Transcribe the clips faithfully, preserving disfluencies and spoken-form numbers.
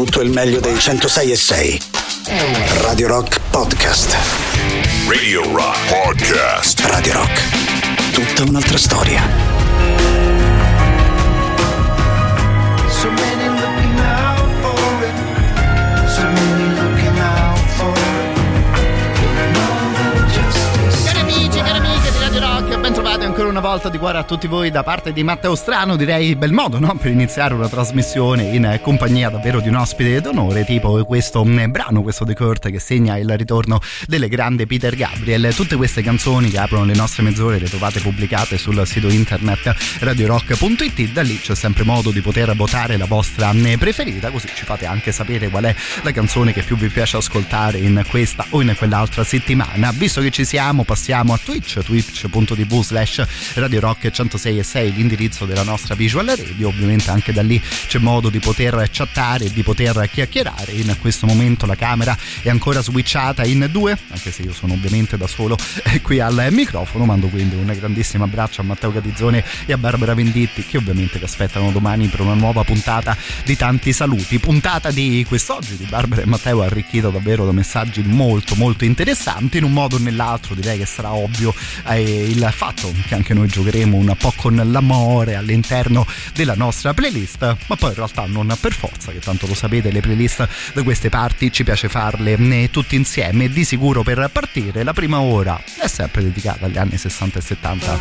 tutto il meglio dei centosei e sei. Radio Rock Podcast. Radio Rock Podcast. Radio Rock. Tutta un'altra storia. So many looking out for it. So many looking out for it. No justice. Cari amici, cari amiche di Radio Rock, ben trovati ancora una volta di cuore a tutti voi da parte di Matteo Strano. Direi bel modo, no? Per iniziare una trasmissione in compagnia davvero di un ospite d'onore, tipo questo brano, questo The Kurt, che segna il ritorno del grande Peter Gabriel. Tutte queste canzoni che aprono le nostre mezz'ore le trovate pubblicate sul sito internet radio rock punto it. Da lì c'è sempre modo di poter votare la vostra preferita, così ci fate anche sapere qual è la canzone che più vi piace ascoltare in questa o in quell'altra settimana. Visto che ci siamo, passiamo a Twitch, twitch punto tv slash Radio Rock centosei e sei, l'indirizzo della nostra visual radio. Ovviamente anche da lì c'è modo di poter chattare e di poter chiacchierare. In questo momento la camera è ancora switchata in due, anche se io sono ovviamente da solo qui al microfono. Mando quindi un grandissimo abbraccio a Matteo Catizzone e a Barbara Venditti, che ovviamente vi aspettano domani per una nuova puntata di tanti saluti. Puntata di quest'oggi di Barbara e Matteo arricchita davvero da messaggi molto molto interessanti. In un modo o nell'altro direi che sarà ovvio eh, il fatto che anche noi giocheremo un po' con l'amore all'interno della nostra playlist, ma poi in realtà non per forza, che tanto lo sapete, le playlist da queste parti ci piace farle eh, tutti insieme. Di sicuro per partire la prima ora è sempre dedicata agli anni sessanta e settanta.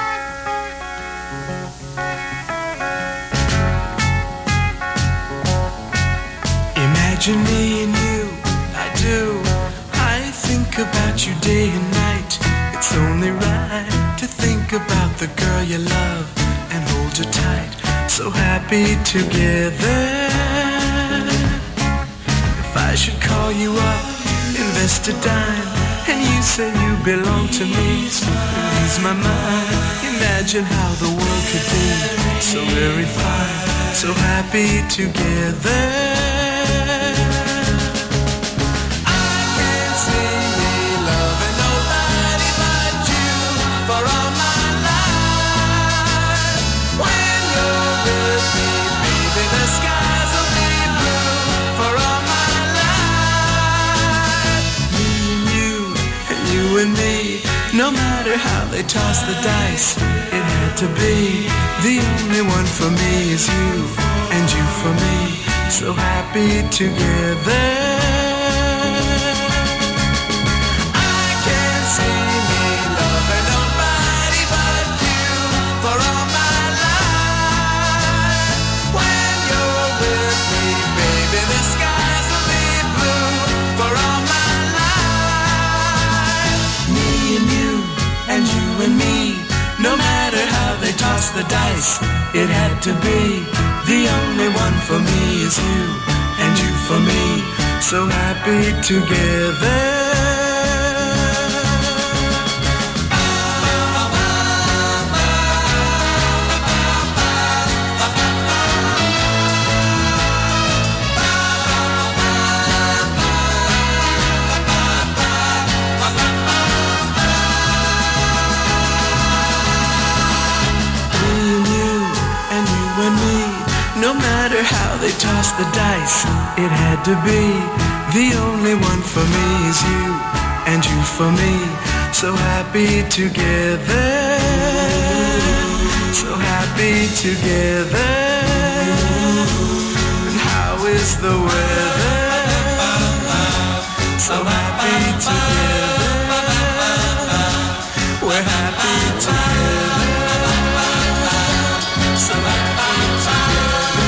Imagine me and you, I do. I think about you day and night. It's only right to think about the girl you love and hold her tight. So happy together. If I should call you up, invest a dime, and you say you belong to me, lose my mind. Imagine how the world could be so very fine, so happy together. And me, no matter how they toss the dice, it had to be. The only one for me is you, and you for me, so happy together. I can't see me loving nobody but you for all my life. When you're with me, baby, the skies will be blue for all my and you and me, no matter how they toss the dice, it had to be. The only one for me is you, and you for me, so happy together. No matter how they toss the dice, it had to be. The only one for me is you, and you for me, so happy together. So happy together. And how is the weather? So happy together. We're happy together. So happy together.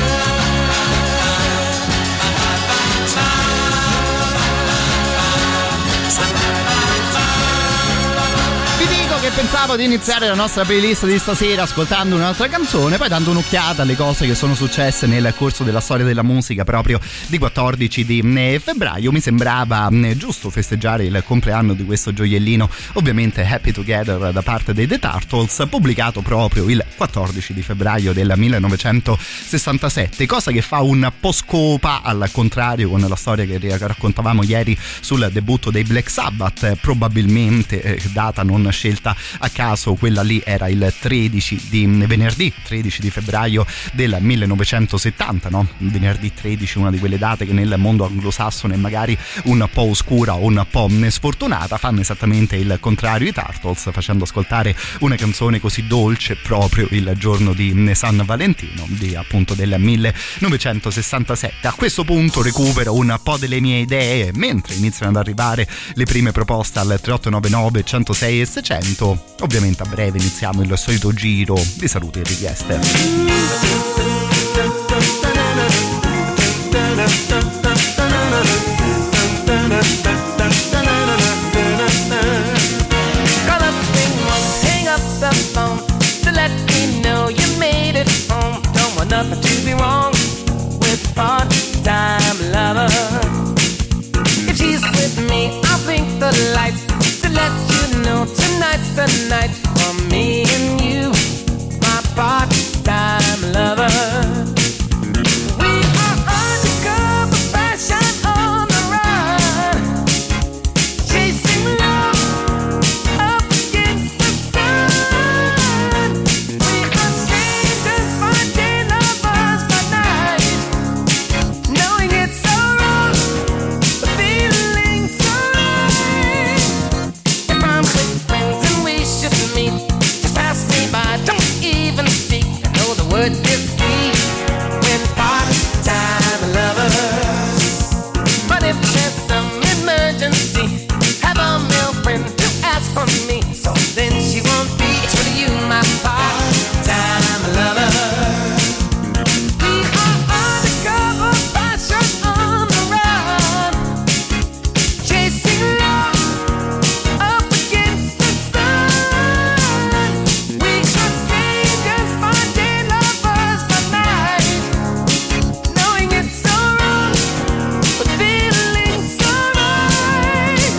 Che pensavo di iniziare la nostra playlist di stasera ascoltando un'altra canzone, poi dando un'occhiata alle cose che sono successe nel corso della storia della musica proprio di quattordici di febbraio. Mi sembrava giusto festeggiare il compleanno di questo gioiellino, ovviamente Happy Together da parte dei The Turtles, pubblicato proprio il quattordici di febbraio del millenovecentosessantasette, cosa che fa un po' scopa al contrario con la storia che raccontavamo ieri sul debutto dei Black Sabbath, probabilmente data non scelta a caso, quella lì era il tredici di venerdì tredici di febbraio del millenovecentosettanta, no? Venerdì tredici, una di quelle date che nel mondo anglosassone è magari un po' oscura o un po' sfortunata. Fanno esattamente il contrario i Turtles, facendo ascoltare una canzone così dolce proprio il giorno di San Valentino, di appunto del millenovecentosessantasette. A questo punto recupero un po' delle mie idee mentre iniziano ad arrivare le prime proposte al tre otto nove nove uno zero sei e seicento. Ovviamente a breve iniziamo il solito giro di saluti e richieste. Call up ring, hang up the phone to let me know you made it home. Don't want nothing to be wrong with part-time lover. If she's with me, I'll blink the lights to let you know tonight's the night for me and you, my part-time lover. We are undercover fashion on the run, chasing love up against the sun. We are strangers by day, lovers by night, knowing it's so wrong, but feeling so right. If I'm with friends and we should meet, just pass me by, don't even speak. I know the word is sweet when part-time lovers. But if there's some emergency, have a male friend to ask for me, so then she won't be. It's really you, my part-time lover. We are undercover fashion on the run, chasing love up against the sun. We are strangers by day, lovers by night, knowing it's so wrong, but feeling so right.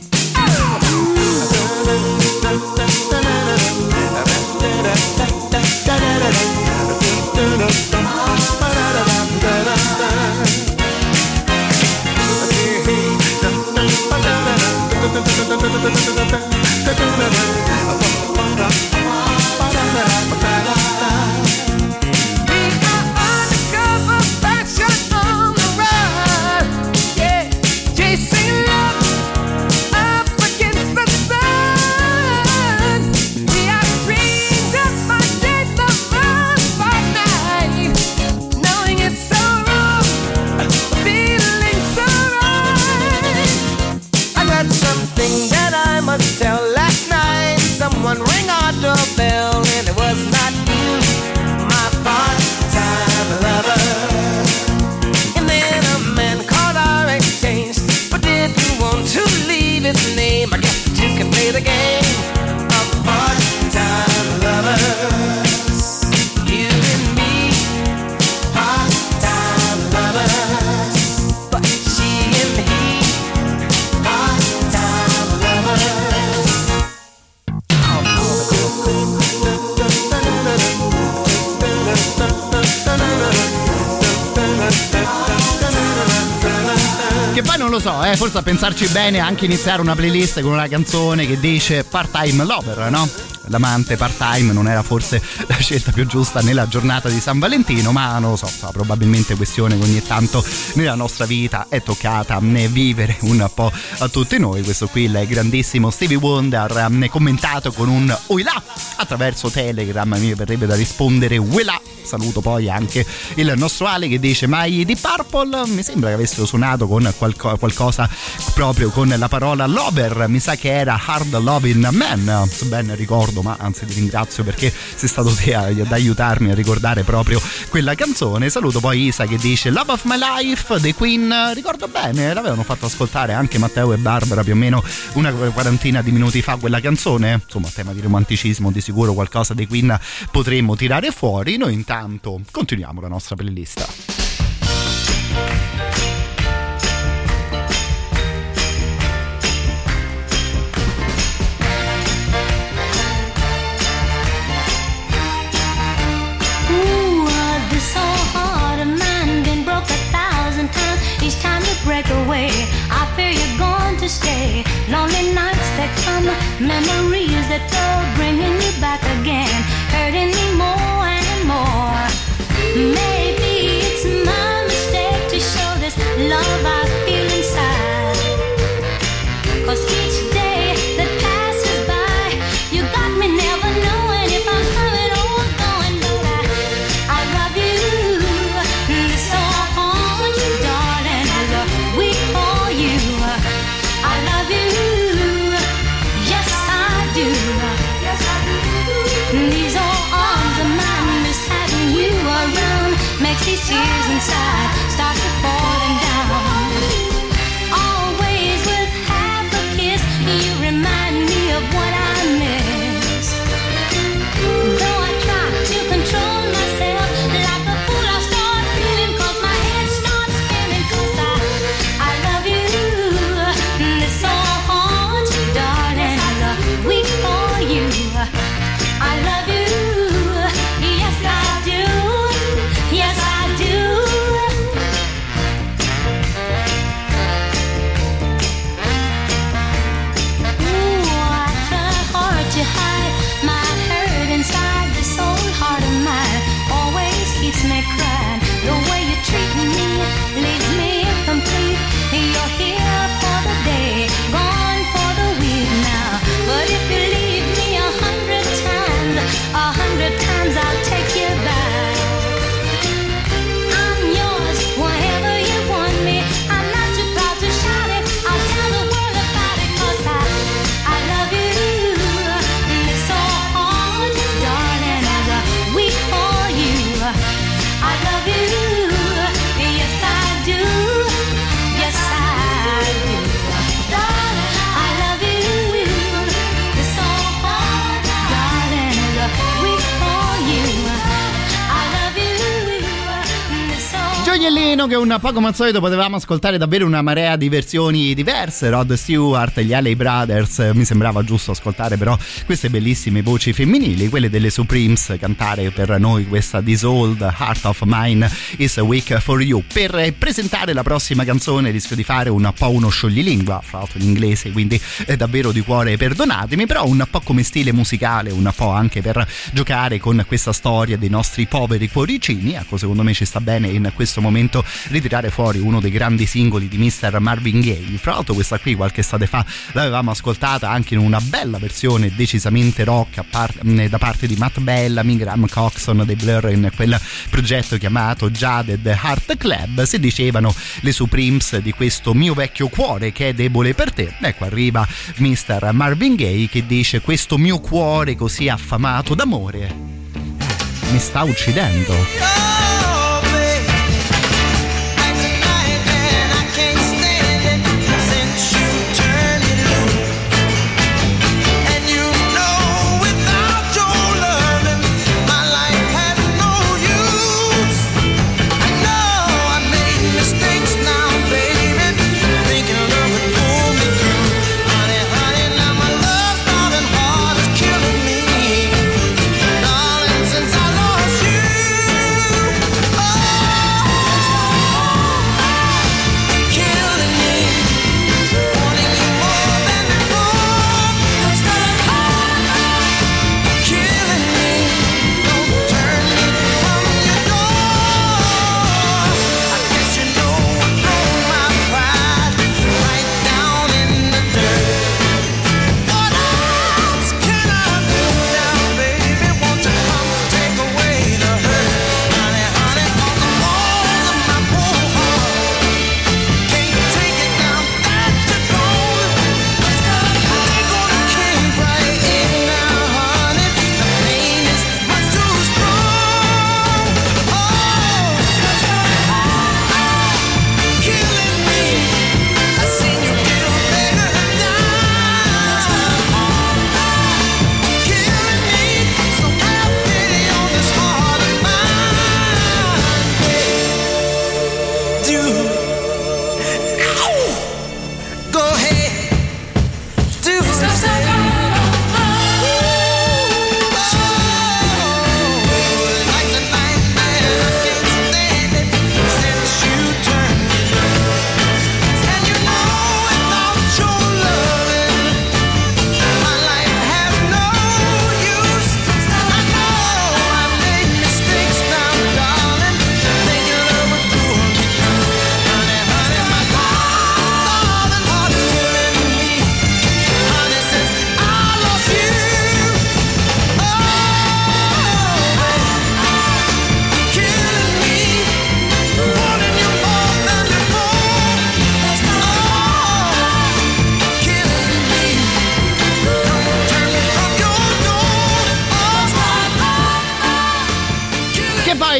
We are undercover fashion on the run, yeah, chasing love up against the sun. We are strangers by day, lovers by night, knowing it's so wrong, feeling so right. I got something that I must tell. Last night someone rang our doorbell and it was not you, my part-time lover. And then a man called our exchange, but didn't want to leave his name. I guess that you can play the game of part-time lovers. You and me, part-time lovers. But she and he, part-time lovers. Che poi non lo so, eh, forse a pensarci bene anche iniziare una playlist con una canzone che dice part-time lover, no? L'amante part-time non era forse la scelta più giusta nella giornata di San Valentino, ma non lo so, so probabilmente questione che ogni tanto nella nostra vita è toccata né vivere un po' a tutti noi. Questo qui il grandissimo Stevie Wonder, ne commentato con un oilà attraverso Telegram, mi verrebbe da rispondere uelà. Saluto poi anche il nostro Ale che dice: ma i Deep Purple mi sembra che avessero suonato con qualco, qualcosa proprio con la parola lover, mi sa che era Hard Loving Man, se ben ricordo, ma anzi ti ringrazio perché sei stato te ad aiutarmi a ricordare proprio quella canzone. Saluto poi Isa che dice Love of My Life, The Queen, ricordo bene, l'avevano fatto ascoltare anche Matteo e Barbara più o meno una quarantina di minuti fa quella canzone, insomma a tema di romanticismo di sicuro qualcosa dei Queen potremmo tirare fuori. Noi intanto continuiamo la nostra playlist. Break away. I fear you're going to to stay. Lonely nights that come, memories that go, bringing you back again, hurting me more and more. Maybe it's my mistake to show this love I feel inside. 'Cause each day that passes by, you got me never knowing if I'm coming or going. But I, I love you. This all haunts you, darling, as a week for you. I love you. Yes, I do. Yes, I do. These old arms of mine, miss having you around, makes these tears inside start to falling down. Always with half a kiss, you remind me of what I miss. Though I try to control myself, like a fool I start feeling, 'cause my head starts spinning. 'Cause I, I love you. This all haunts you, darling, as a week for you. I love you. Yes, I do. Yes, I do. Ooh, I try hard to hide my hurt inside. This old heart of mine always keeps me crying. The way you treat me leaves me incomplete. You're here for the day, gone for the week now. But if you leave me a hundred times, a hundred times I'll take you back. I'm yours, whenever you want me. I'm not too proud to shout it, I'll tell the world about it. 'Cause I, I love you. This all haunts you, darling, as a week for you. I love you. Yes, I do. Yes, I do. Darling, I love you. This all haunts you, darling, as a week for you. I love you. This all Gioiellino che un po' come al solito potevamo ascoltare davvero una marea di versioni diverse. Rod Stewart, gli Alley Brothers, mi sembrava giusto ascoltare però queste bellissime voci femminili, quelle delle Supremes, cantare per noi questa This Old Heart of Mine is a Week for You. Per presentare la prossima canzone rischio di fare un po' uno scioglilingua, fra l'altro in inglese, quindi è davvero di cuore perdonatemi, però un po' come stile musicale, un po' anche per giocare con questa storia dei nostri poveri cuoricini. Ecco, secondo me ci sta bene in questo momento ritirare fuori uno dei grandi singoli di mister Marvin Gaye. Fra l'altro questa qui qualche estate fa l'avevamo ascoltata anche in una bella versione decisamente rock a par- da parte di Matt Bellamy, Graham Coxon dei Blur, in quel progetto chiamato Jaded Heart Club. Si dicevano le Supremes di questo mio vecchio cuore che è debole per te. Ecco, arriva mister Marvin Gaye che dice: questo mio cuore così affamato d'amore mi sta uccidendo. Darling, since I lost you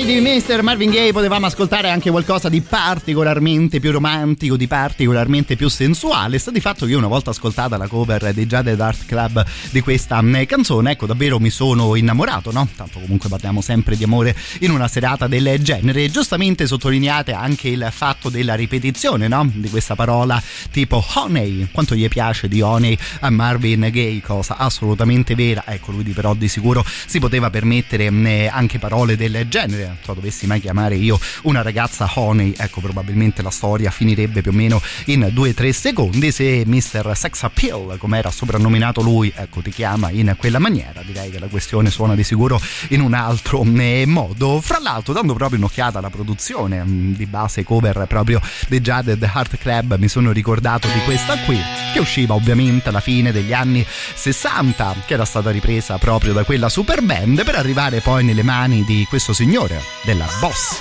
Away di mister Marvin Gaye potevamo ascoltare anche qualcosa di particolarmente più romantico, di particolarmente più sensuale. Sta di fatto che io una volta ascoltata la cover dei Jaded Heart Club di questa canzone, ecco, davvero mi sono innamorato, no? Tanto comunque parliamo sempre di amore in una serata del genere. Giustamente sottolineate anche il fatto della ripetizione, no? Di questa parola tipo honey. Quanto gli piace di honey a Marvin Gaye, cosa assolutamente vera. Ecco, lui però di sicuro si poteva permettere anche parole del genere. Se dovessi mai chiamare io una ragazza honey, ecco, probabilmente la storia finirebbe più o meno in due o tre secondi. Se mister Sex Appeal, come era soprannominato lui, ecco, ti chiama in quella maniera, direi che la questione suona di sicuro in un altro modo. Fra l'altro, dando proprio un'occhiata alla produzione di base cover proprio dei Jaded Heart Club, mi sono ricordato di questa qui, che usciva ovviamente alla fine degli anni sessanta, che era stata ripresa proprio da quella super band, per arrivare poi nelle mani di questo signore, della Boss.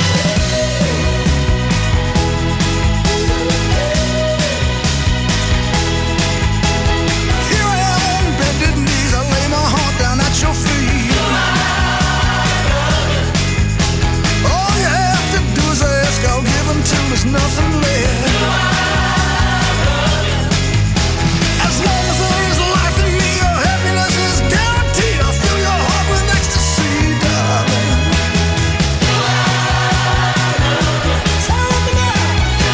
There's nothing left. As long as there is life in me, your happiness is guaranteed. I'll fill your heart with ecstasy, darling. Tell me now.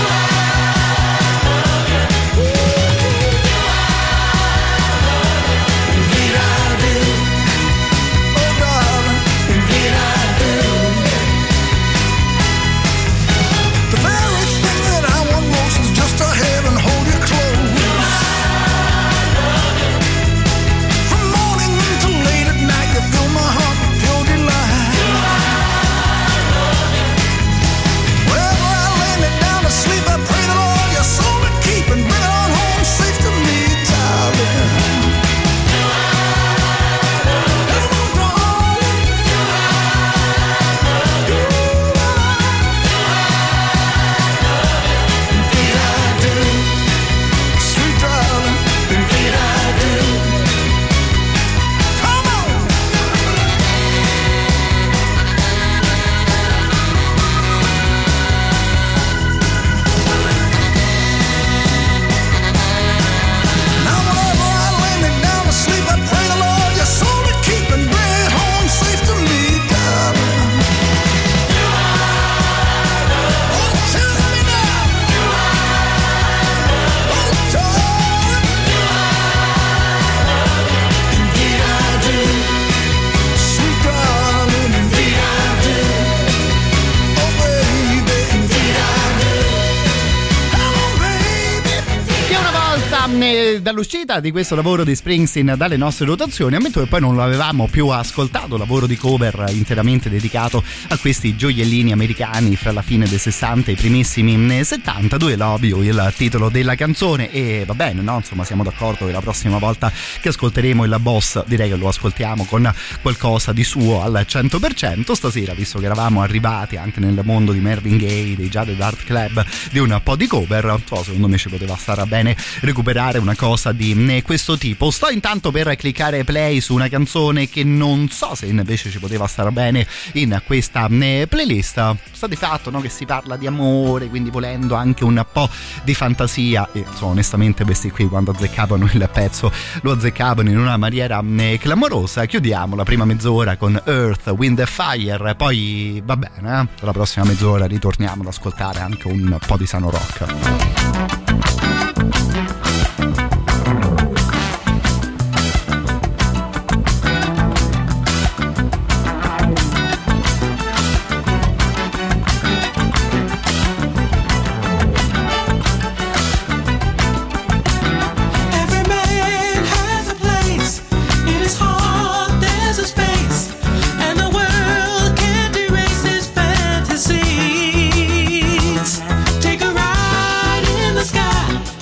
Indeed I do. Oh, darling, indeed I do. The very thing that I want most is just to have and hold you close. From morning until late at night, you fill my heart with pure delight. Wherever I lay me down to sleep, I pray the Lord your soul to keep and bring on home safe to me, darling. Come on, darling. Indeed I do, sweet darling, indeed I do. Come on. Now whenever I lay me down to sleep, I pray the Lord your soul to keep and bring it home safe to me, darling. Oh, tell me now. Oh, darling. Indeed I do, sweet darling, indeed I do. Oh, baby, indeed I do. Hello, baby. Che una volta eh, dall'uscita di questo lavoro di Springsteen dalle nostre rotazioni, ammetto che poi non l'avevamo più ascoltato, lavoro di cover interamente dedicato a questi gioiellini americani fra la fine dei sessanta e i primissimi settanta. Due Lobby, il titolo della canzone, e va bene, no? Insomma, siamo d'accordo che la prossima volta che ascolteremo il Boss, direi che lo ascoltiamo con qualcosa di suo al cento per cento. Stasera, visto che eravamo arrivati anche nel mondo di Marvin Gaye, dei Jaded Heart Club, di un po' di cover, so, secondo me ci poteva stare bene recuperare una cosa di questo tipo. Sto intanto per cliccare play su una canzone che non so se invece ci poteva stare bene in questa playlist. Sta di fatto, no, che si parla di amore, quindi volendo anche un po' di fantasia, e insomma, onestamente questi qui quando azzeccavano il pezzo lo azzeccavano in una maniera clamorosa. Chiudiamo la prima mezz'ora con Earth, Wind and Fire, poi va bene, eh? La prossima mezz'ora ritorniamo ad ascoltare anche un po' di sano rock. Every man has a place. In his heart there's a space, and the world can't erase his fantasies. Take a ride in the sky.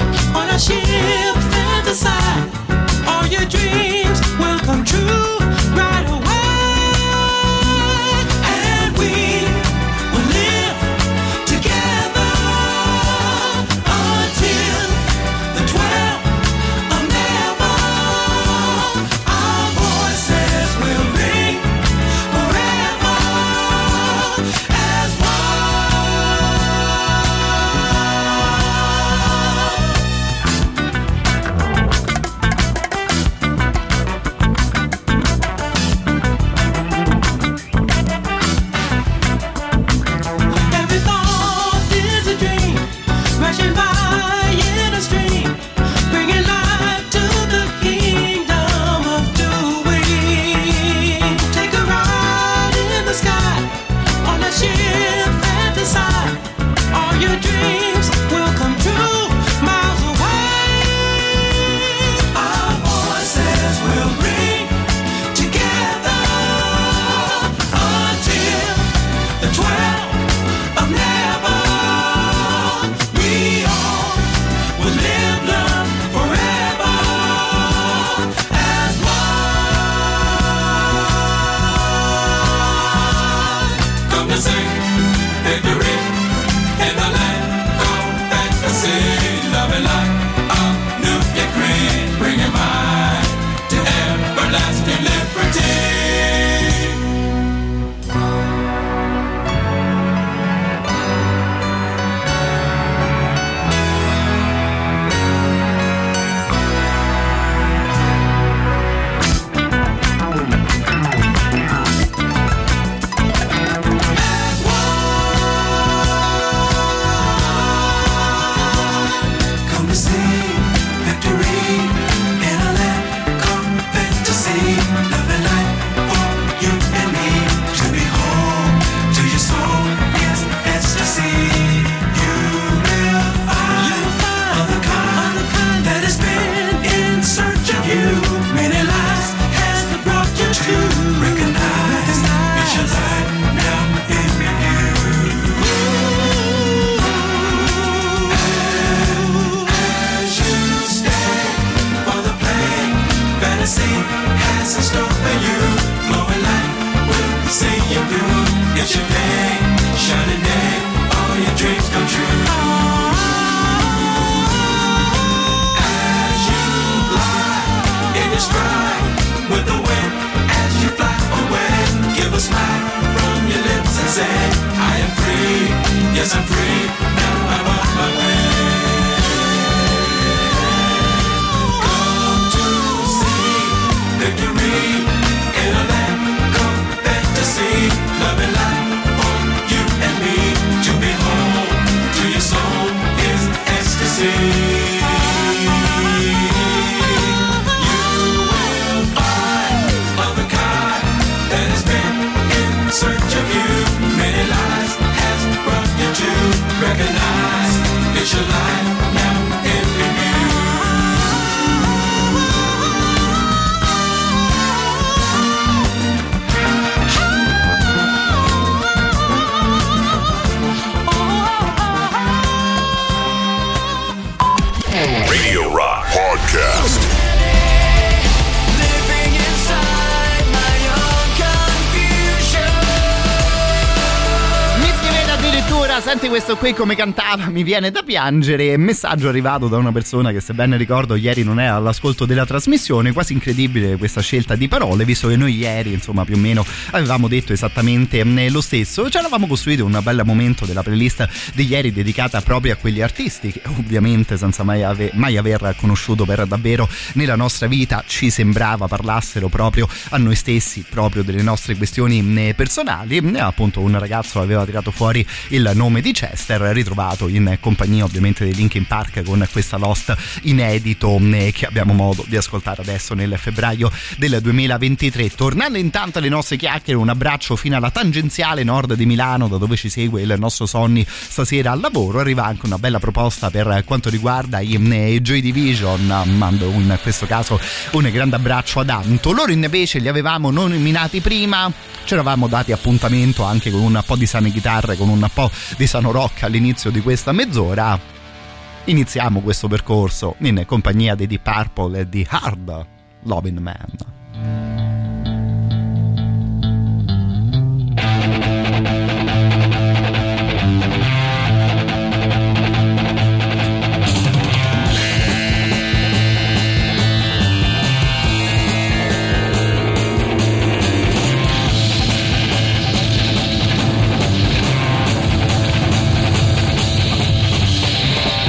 Senti questo qui come cantava, mi viene da piangere. Messaggio arrivato da una persona che, se ben ricordo, ieri non è all'ascolto della trasmissione. Quasi incredibile questa scelta di parole, visto che noi ieri, insomma, più o meno avevamo detto esattamente lo stesso. Ci eravamo costruiti un bel momento della playlist di ieri dedicata proprio a quegli artisti che ovviamente, senza mai, ave- mai aver conosciuto per davvero nella nostra vita, ci sembrava parlassero proprio a noi stessi, proprio delle nostre questioni personali. E appunto un ragazzo aveva tirato fuori il nome di Chester, ritrovato in compagnia ovviamente dei Linkin Park con questa Lost inedito che abbiamo modo di ascoltare adesso nel febbraio del duemilaventitré. Tornando intanto alle nostre chiacchiere, un abbraccio fino alla tangenziale nord di Milano, da dove ci segue il nostro Sonny stasera al lavoro. Arriva anche una bella proposta per quanto riguarda i Joy Division, mando in questo caso un grande abbraccio ad Anto. Loro invece li avevamo nominati prima, ci eravamo dati appuntamento anche con un po' di sane chitarre, con un po' di sano rock all'inizio di questa mezz'ora. Iniziamo questo percorso in compagnia dei Deep Purple e di Hard Loving Man.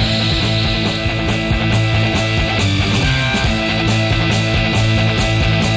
Thank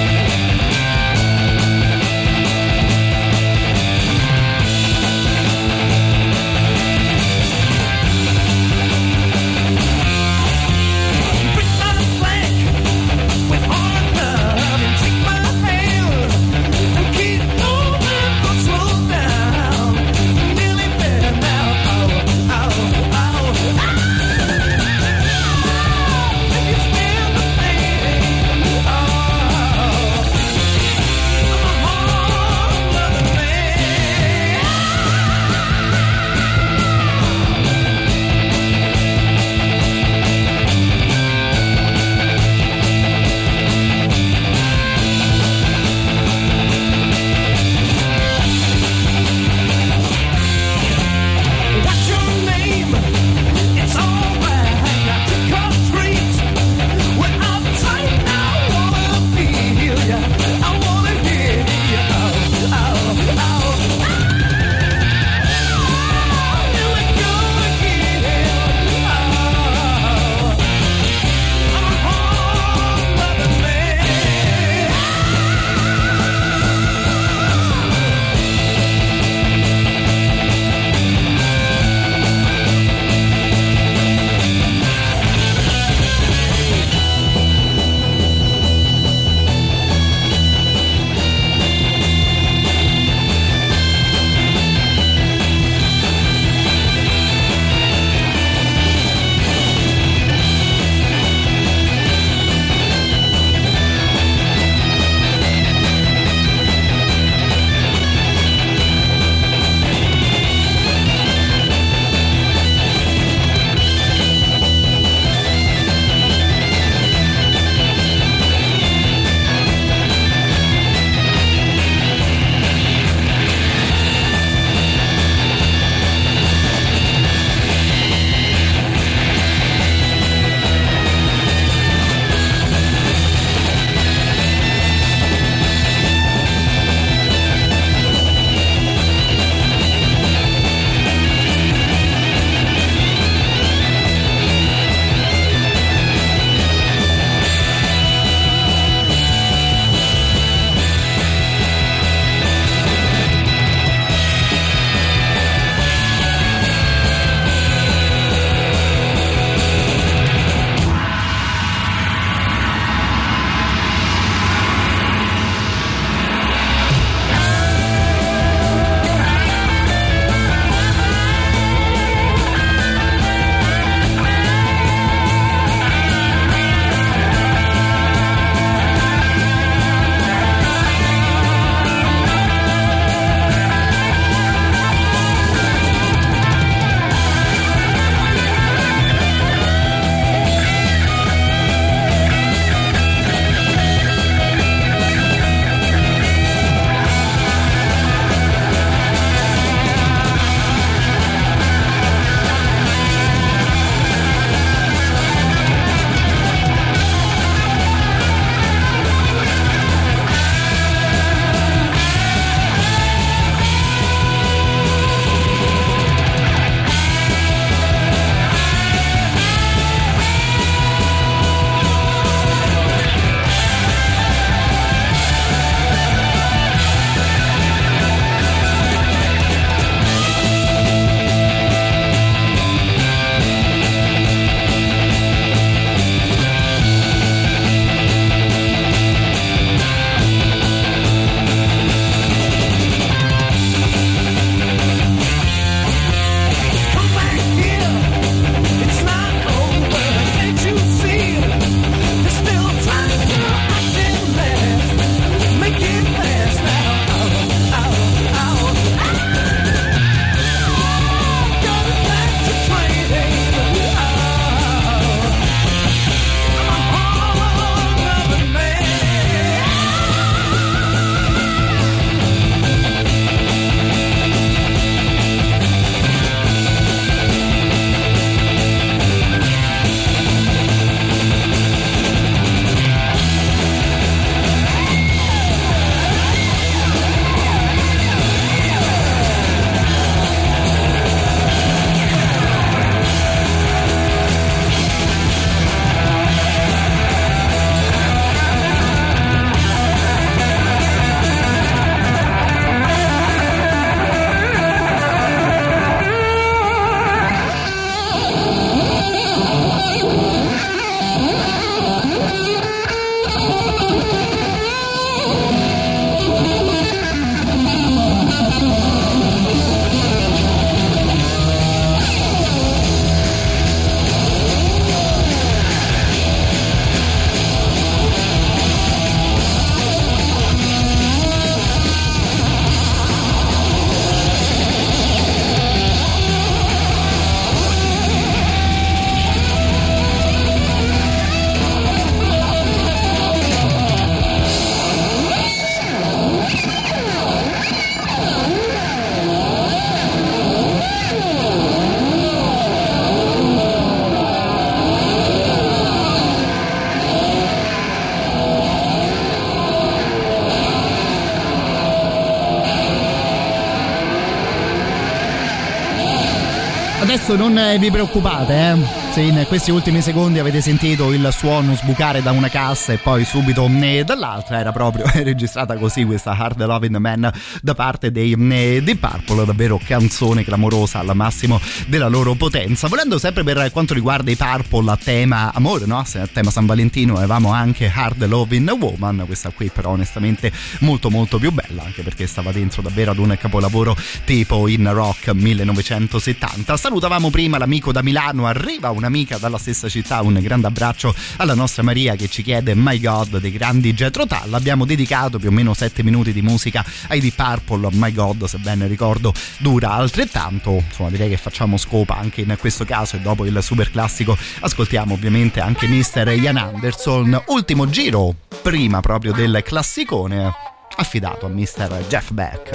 adesso non vi preoccupate, eh. Se in questi ultimi secondi avete sentito il suono sbucare da una cassa e poi subito dall'altra, era proprio registrata così questa Hard Loving Man da parte dei Deep Purple, davvero canzone clamorosa al massimo della loro potenza. Volendo sempre per quanto riguarda i Purple a tema amore, no? Se a tema San Valentino avevamo anche Hard Loving Woman, questa qui però onestamente molto molto più bella, anche perché stava dentro davvero ad un capolavoro tipo In Rock millenovecentosettanta. Salutavamo prima l'amico da Milano, arriva un'amica dalla stessa città, un grande abbraccio alla nostra Maria che ci chiede My God dei grandi Jethro Tull. Abbiamo dedicato più o meno sette minuti di musica ai Deep Purple. My God, se ben ricordo, dura altrettanto, insomma direi che facciamo scopa anche in questo caso, e dopo il super classico ascoltiamo ovviamente anche mister Ian Anderson, ultimo giro prima proprio del classicone affidato a mister Jeff Beck.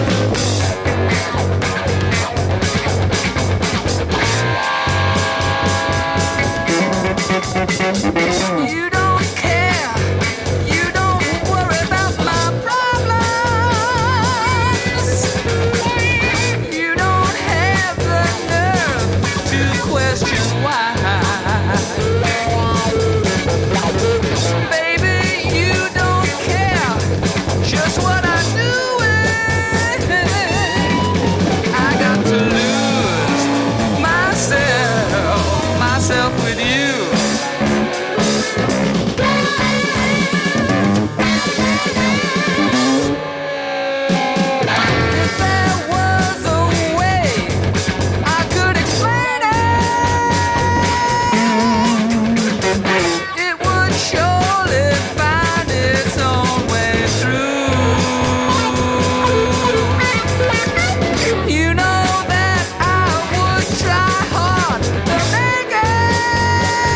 You don't care, you don't worry about my problems. You don't have the nerve to question why. Baby, you don't care just what I'm doing. I got to lose myself, myself with you. You know that I would try hard to make it.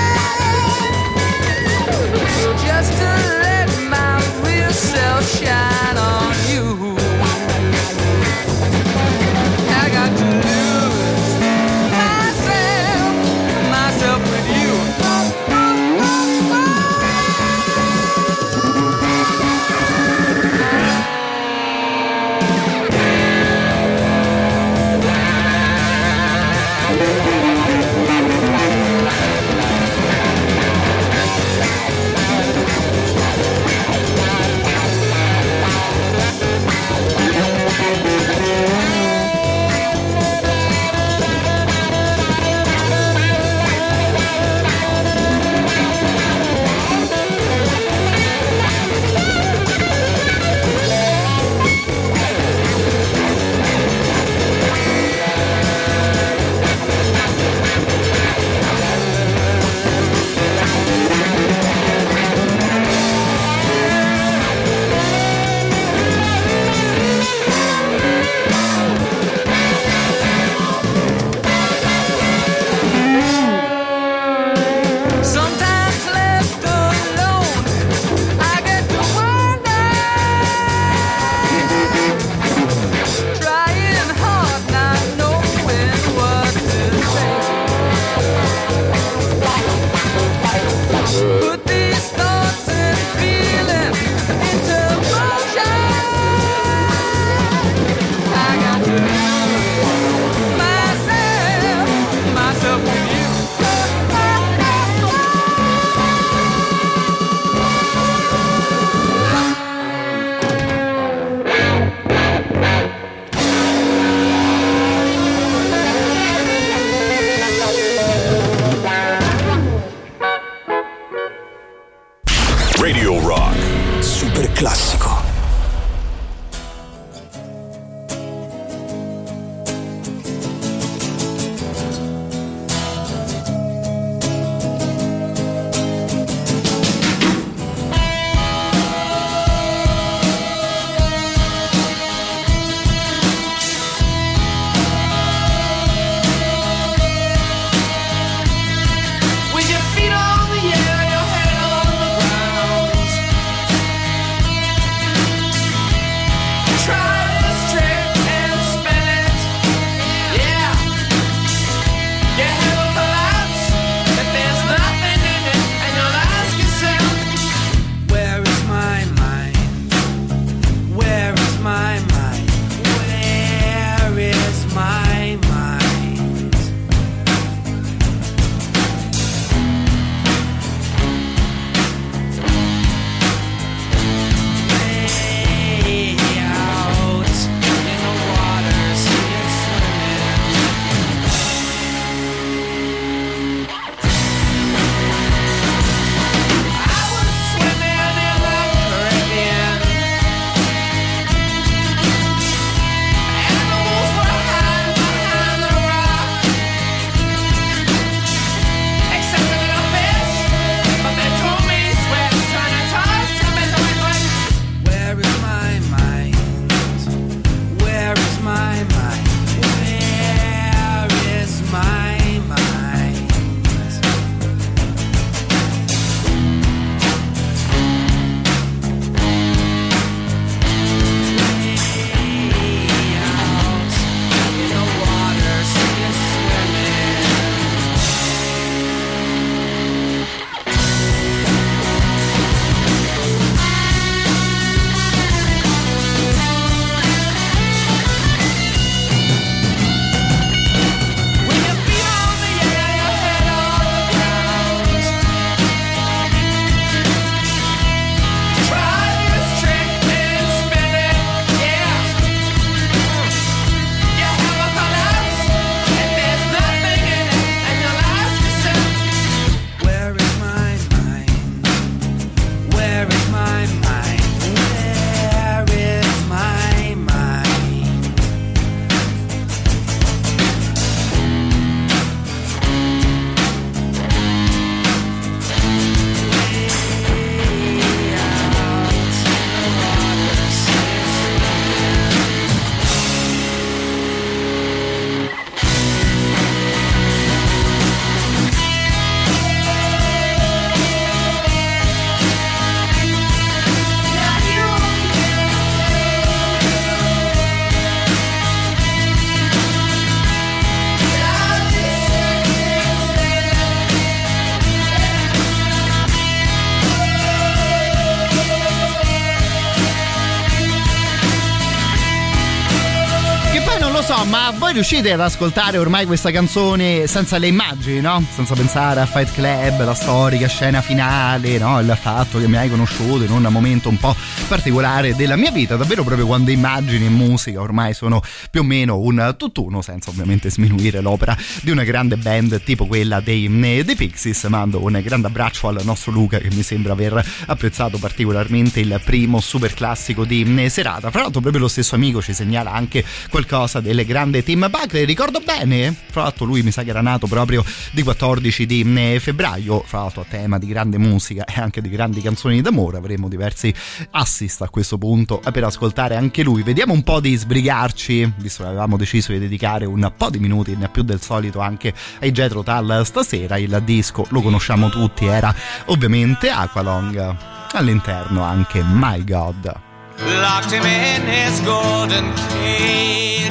so, ma voi riuscite ad ascoltare ormai questa canzone senza le immagini, no? Senza pensare a Fight Club, la storica scena finale, no? Il fatto che mi hai conosciuto in un momento un po' particolare della mia vita, davvero proprio quando immagini e musica ormai sono più o meno un tutt'uno, senza ovviamente sminuire l'opera di una grande band tipo quella dei, dei Pixies. Mando un grande abbraccio al nostro Luca, che mi sembra aver apprezzato particolarmente il primo super classico di serata. Fra l'altro proprio lo stesso amico ci segnala anche qualcosa del grande Tim Buckley, ricordo bene? Fra l'altro lui mi sa che era nato proprio di quattordici di febbraio, fra l'altro a tema di grande musica e anche di grandi canzoni d'amore. Avremo diversi assist a questo punto per ascoltare anche lui. Vediamo un po' di sbrigarci, visto che avevamo deciso di dedicare un po' di minuti, ne più del solito, anche ai Jethro Tull stasera. Il disco lo conosciamo tutti, era ovviamente Aqualung, all'interno anche My God. Locked him in his golden cage,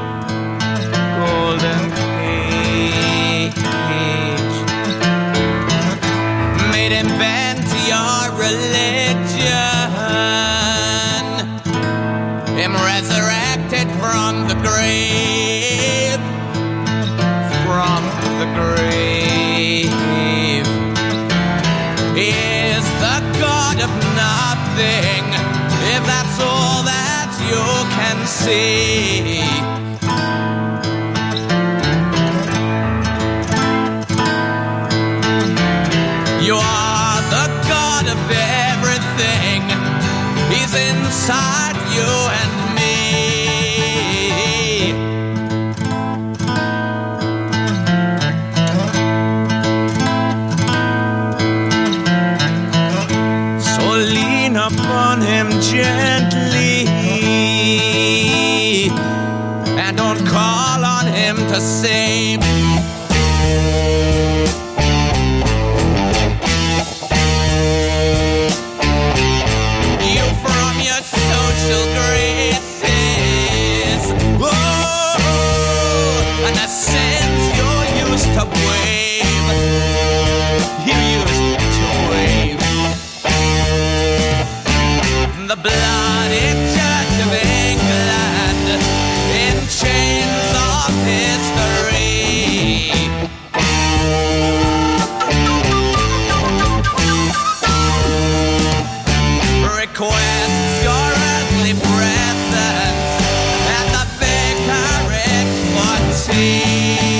golden cage. Made him bend to your religion. Him resurrected from the grave, from the grave. He is the God of nothing, if that's all that you can see. You are the God of everything. He's inside you and me. So lean upon him gently and don't call on him to save. You from your social graces, oh, and the sins you used to wave, you used to wave. The bloody Church of England in chains of history requests your earthly presence at the vicarage for tea.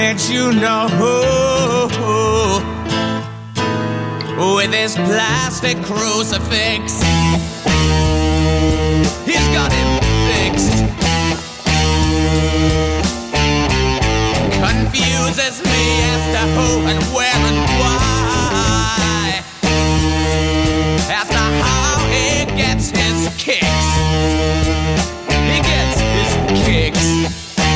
Can't you know? With his plastic crucifix, he's got him fixed. Confuses me as to who and where and why, as to how he gets his kicks. He gets his kicks.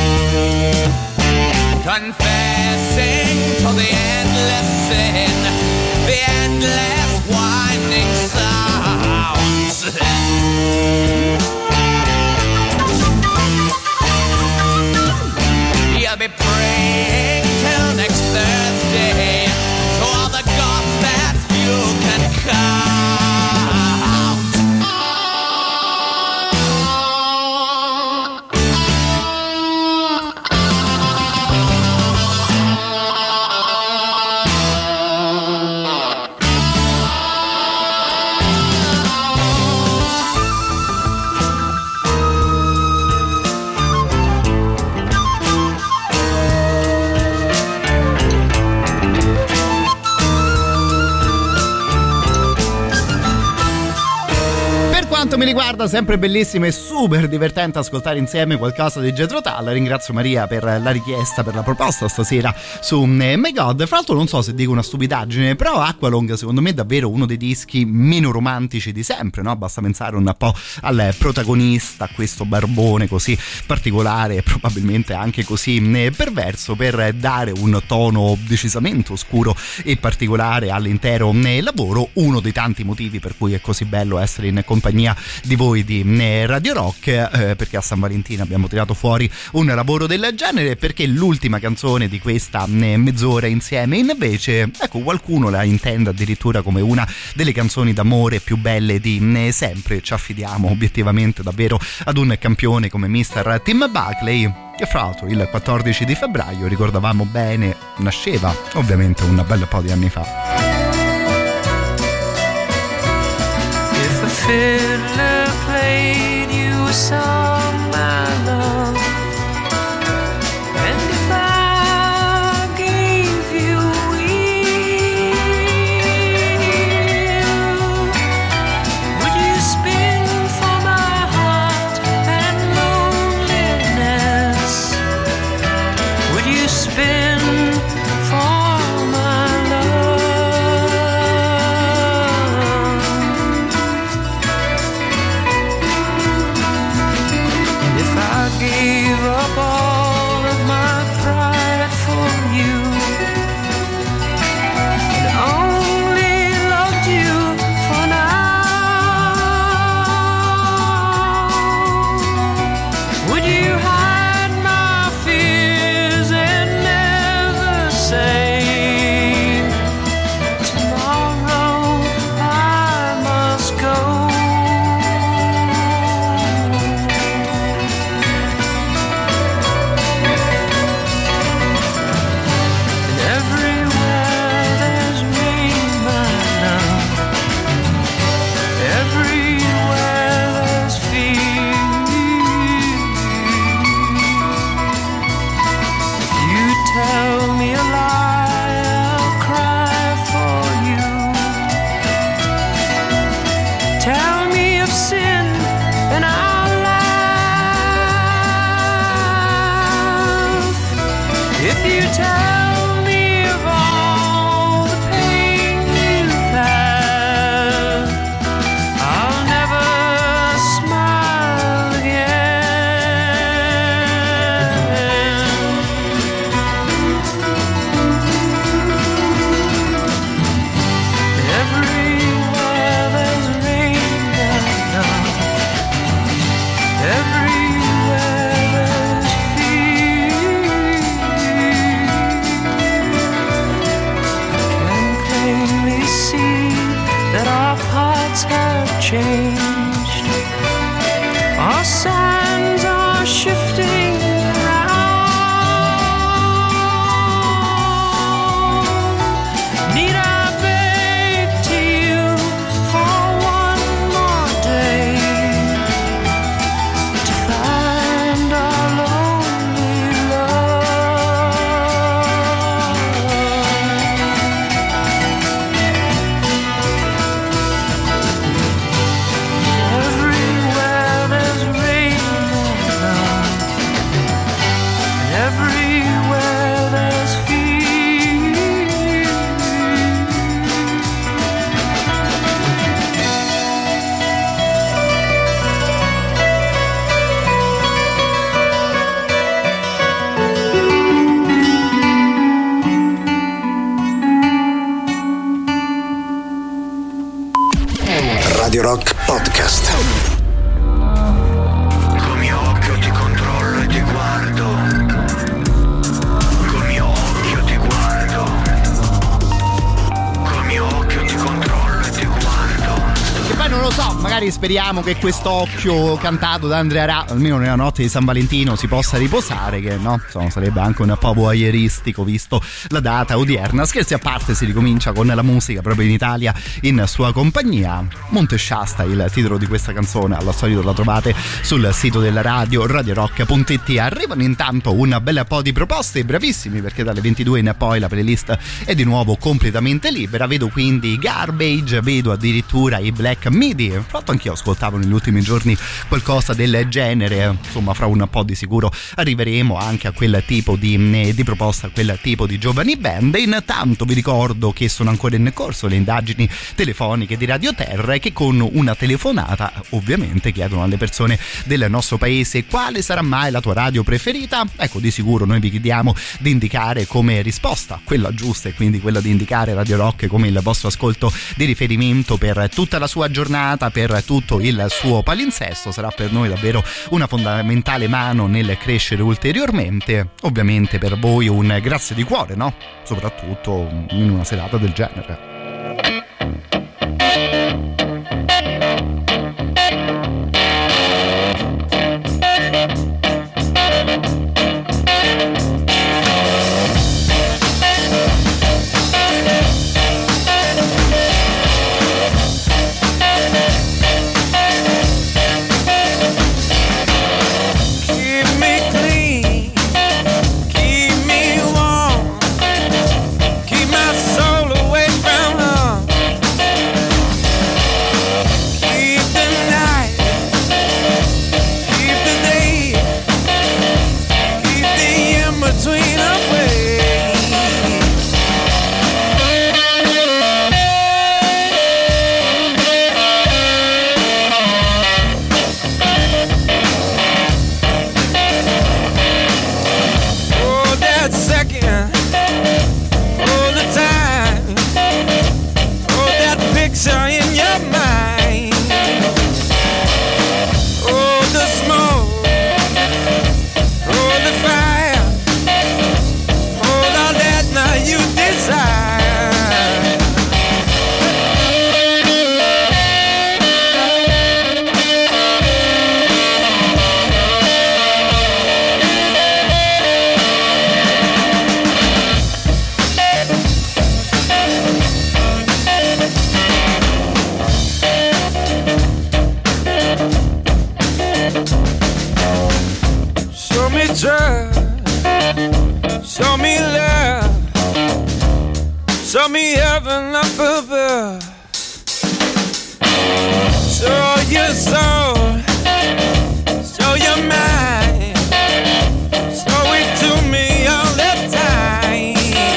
Confessing to the endless sin, the endless winding sounds. You'll be praying till next Thursday to all the gods that you can count. Mi riguarda sempre bellissimo e super divertente ascoltare insieme qualcosa di Jethro Tull. Ringrazio Maria per la richiesta, per la proposta stasera su My God. Fra l'altro non so se dico una stupidaggine, però Aqualung secondo me è davvero uno dei dischi meno romantici di sempre, no? Basta pensare un po' al protagonista, a questo barbone così particolare e probabilmente anche così perverso, per dare un tono decisamente oscuro e particolare all'intero lavoro. Uno dei tanti motivi per cui è così bello essere in compagnia di voi di Radio Rock, eh, perché a San Valentino abbiamo tirato fuori un lavoro del genere, perché l'ultima canzone di questa mezz'ora insieme invece, ecco, qualcuno la intende addirittura come una delle canzoni d'amore più belle di sempre. Ci affidiamo obiettivamente davvero ad un campione come mister Tim Buckley, che fra l'altro il quattordici di febbraio, ricordavamo bene, nasceva ovviamente un bel po' di anni fa. If a fiddler played you a song, my love, and if I gave you a wheel, would you spin for my heart and loneliness? Would you spin for my love? Podcast. Col mio occhio ti controllo e ti guardo. Col mio occhio ti guardo. Col mio occhio ti controllo e ti guardo. E poi non lo so, magari speriamo che quest'occhio cantato da Andrea Ra, almeno nella notte di San Valentino, si possa riposare, che no, insomma, sarebbe anche un po' voyeuristico visto la data odierna. Scherzi a parte, si ricomincia con la musica proprio in Italia in sua compagnia. Monte Shasta, il titolo di questa canzone, alla solito la trovate sul sito della radio radio rock punto it. Arrivano intanto un bel po' di proposte, bravissimi, perché dalle ventidue in poi la playlist è di nuovo completamente libera. Vedo quindi Garbage, vedo addirittura i Black Midi. Infatti anch'io ascoltavo negli ultimi giorni qualcosa del genere. Insomma, fra un po' di sicuro arriveremo anche a quel tipo di, di proposta, a quel tipo di giovani band. Intanto vi ricordo che sono ancora in corso le indagini telefoniche di Radio Terra, che con una telefonata ovviamente chiedono alle persone del nostro paese quale sarà mai la tua radio preferita. Ecco, di sicuro noi vi chiediamo di indicare come risposta quella giusta, e quindi quella di indicare Radio Rock come il vostro ascolto di riferimento per tutta la sua giornata, per tutto il suo palinsesto. Sarà per noi davvero una fondamentale mano nel crescere ulteriormente. Ovviamente per voi un grazie di cuore, no? Soprattutto in una serata del genere. Show me heaven up above. Show your soul. Show your mind. Show it to me all the time.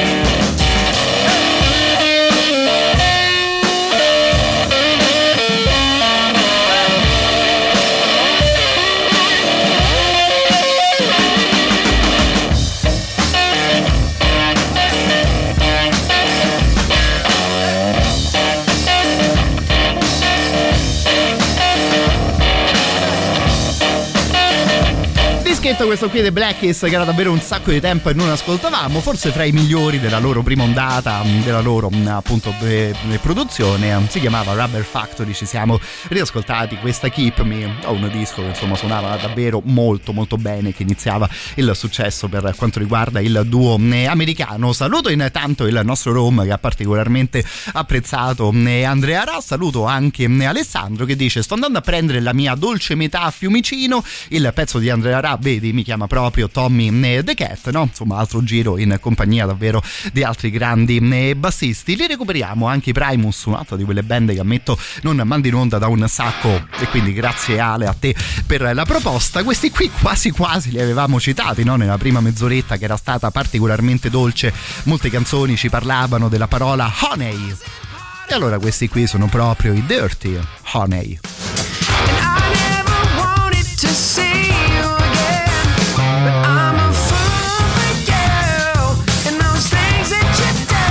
Questo qui dei Black Keys, che era davvero un sacco di tempo e non ascoltavamo, forse fra i migliori della loro prima ondata, della loro appunto de, de produzione. Si chiamava Rubber Factory. Ci siamo riascoltati questa Keep Me, un disco che insomma suonava davvero molto molto bene, che iniziava il successo per quanto riguarda il duo americano. Saluto intanto il nostro Rom, che ha particolarmente apprezzato Andrea Ra. Saluto anche Alessandro, che dice: sto andando a prendere la mia dolce metà a Fiumicino. Il pezzo di Andrea Ra, vedi, mi chiama proprio Tommy the Cat, no? Insomma, altro giro in compagnia davvero di altri grandi bassisti. Li recuperiamo anche i Primus, un'altra di quelle band che ammetto non mandi in onda da un sacco, e quindi grazie Ale a te per la proposta. Questi qui quasi quasi li avevamo citati, no? Nella prima mezz'oretta, che era stata particolarmente dolce. Molte canzoni ci parlavano della parola honey, e allora questi qui sono proprio i Dirty Honey.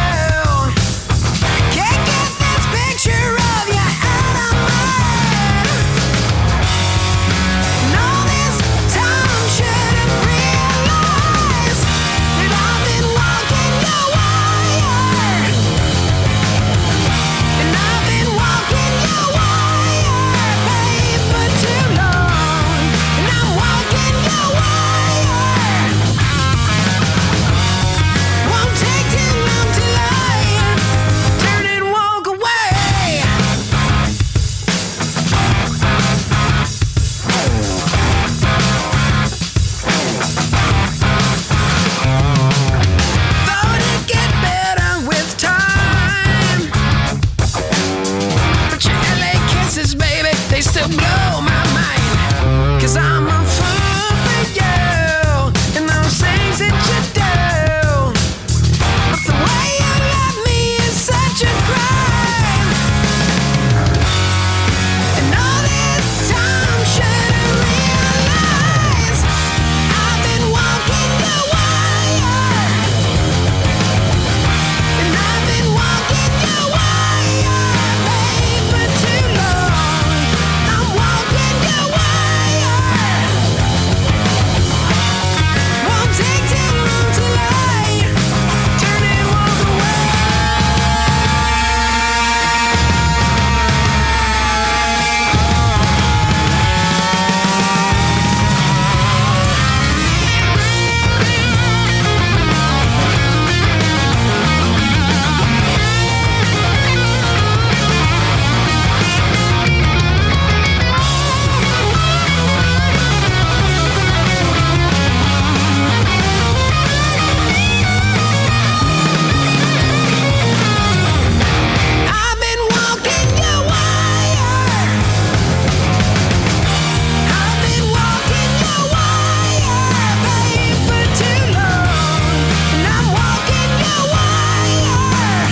Can't get this picture of you out of my head. 'cause I'm a fool for you and those things that you do. But the way you love me is such a crime. And all this time should have realized I've been walking the wire. And I've been walking the wire, babe, for too long. I'm walking the wire. Won't take too long to lie. Turn and walk away. I've been walking the wire. I've been walking the wire, babe, for too long. And I'm walking the wire.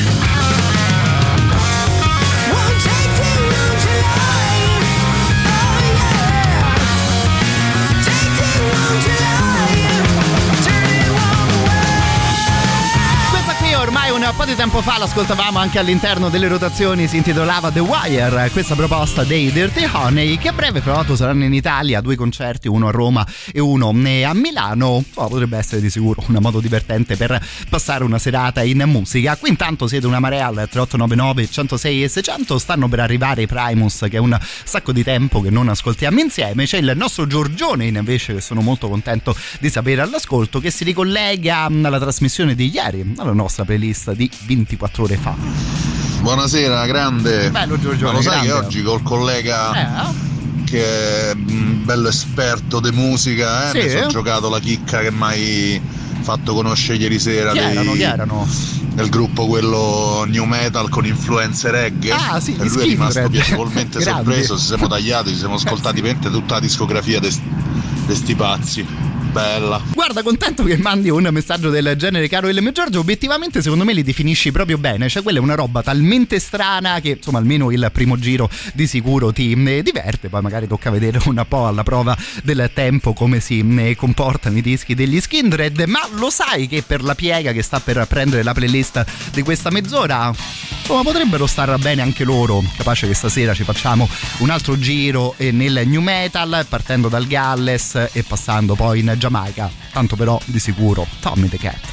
Won't take too long to lie. Oh yeah. Take too long to lie. Turn and walk away. Questa qui ormai un po' di tempo fa l'ascoltavamo anche all'interno delle rotazioni, si intitolava The Wire, questa proposta dei Dirty Honey, che a breve fra l'altro saranno in Italia, due concerti, uno a Roma e uno a Milano. Oh, potrebbe essere di sicuro un modo divertente per passare una serata in musica. Qui intanto siete una marea al tre otto nove nove uno zero sei e seicento, stanno per arrivare i Primus, che è un sacco di tempo che non ascoltiamo insieme. C'è il nostro Giorgione invece, che sono molto contento di sapere all'ascolto, che si ricollega alla trasmissione di ieri, alla nostra playlist di ventiquattro ore fa. Buonasera, grande. Bello Giorgione, Ma lo sai grande. che oggi col collega Eh, che è un bello esperto di musica, eh? Sì. mi sono giocato la chicca che mi hai fatto conoscere ieri sera chi dei- erano, chi erano? del gruppo quello new metal con influenze reggae. Ah, sì, e gli lui è rimasto Skindred. piacevolmente Grandi. sorpreso, ci siamo tagliati, ci siamo ascoltati veramente tutta la discografia di sti pazzi. Bella. Guarda, contento che mandi un messaggio del genere, caro L M Giorgio. Obiettivamente secondo me li definisci proprio bene, cioè quella è una roba talmente strana che insomma almeno il primo giro di sicuro ti eh, diverte, poi magari tocca vedere un po' alla prova del tempo come si eh, comportano i dischi degli Skindred. Ma lo sai che per la piega che sta per prendere la playlist di questa mezz'ora, insomma potrebbero star bene anche loro, capace che stasera ci facciamo un altro giro eh, nel new metal, partendo dal Galles e passando poi in Giamaica, tanto però di sicuro Tommy the Cat.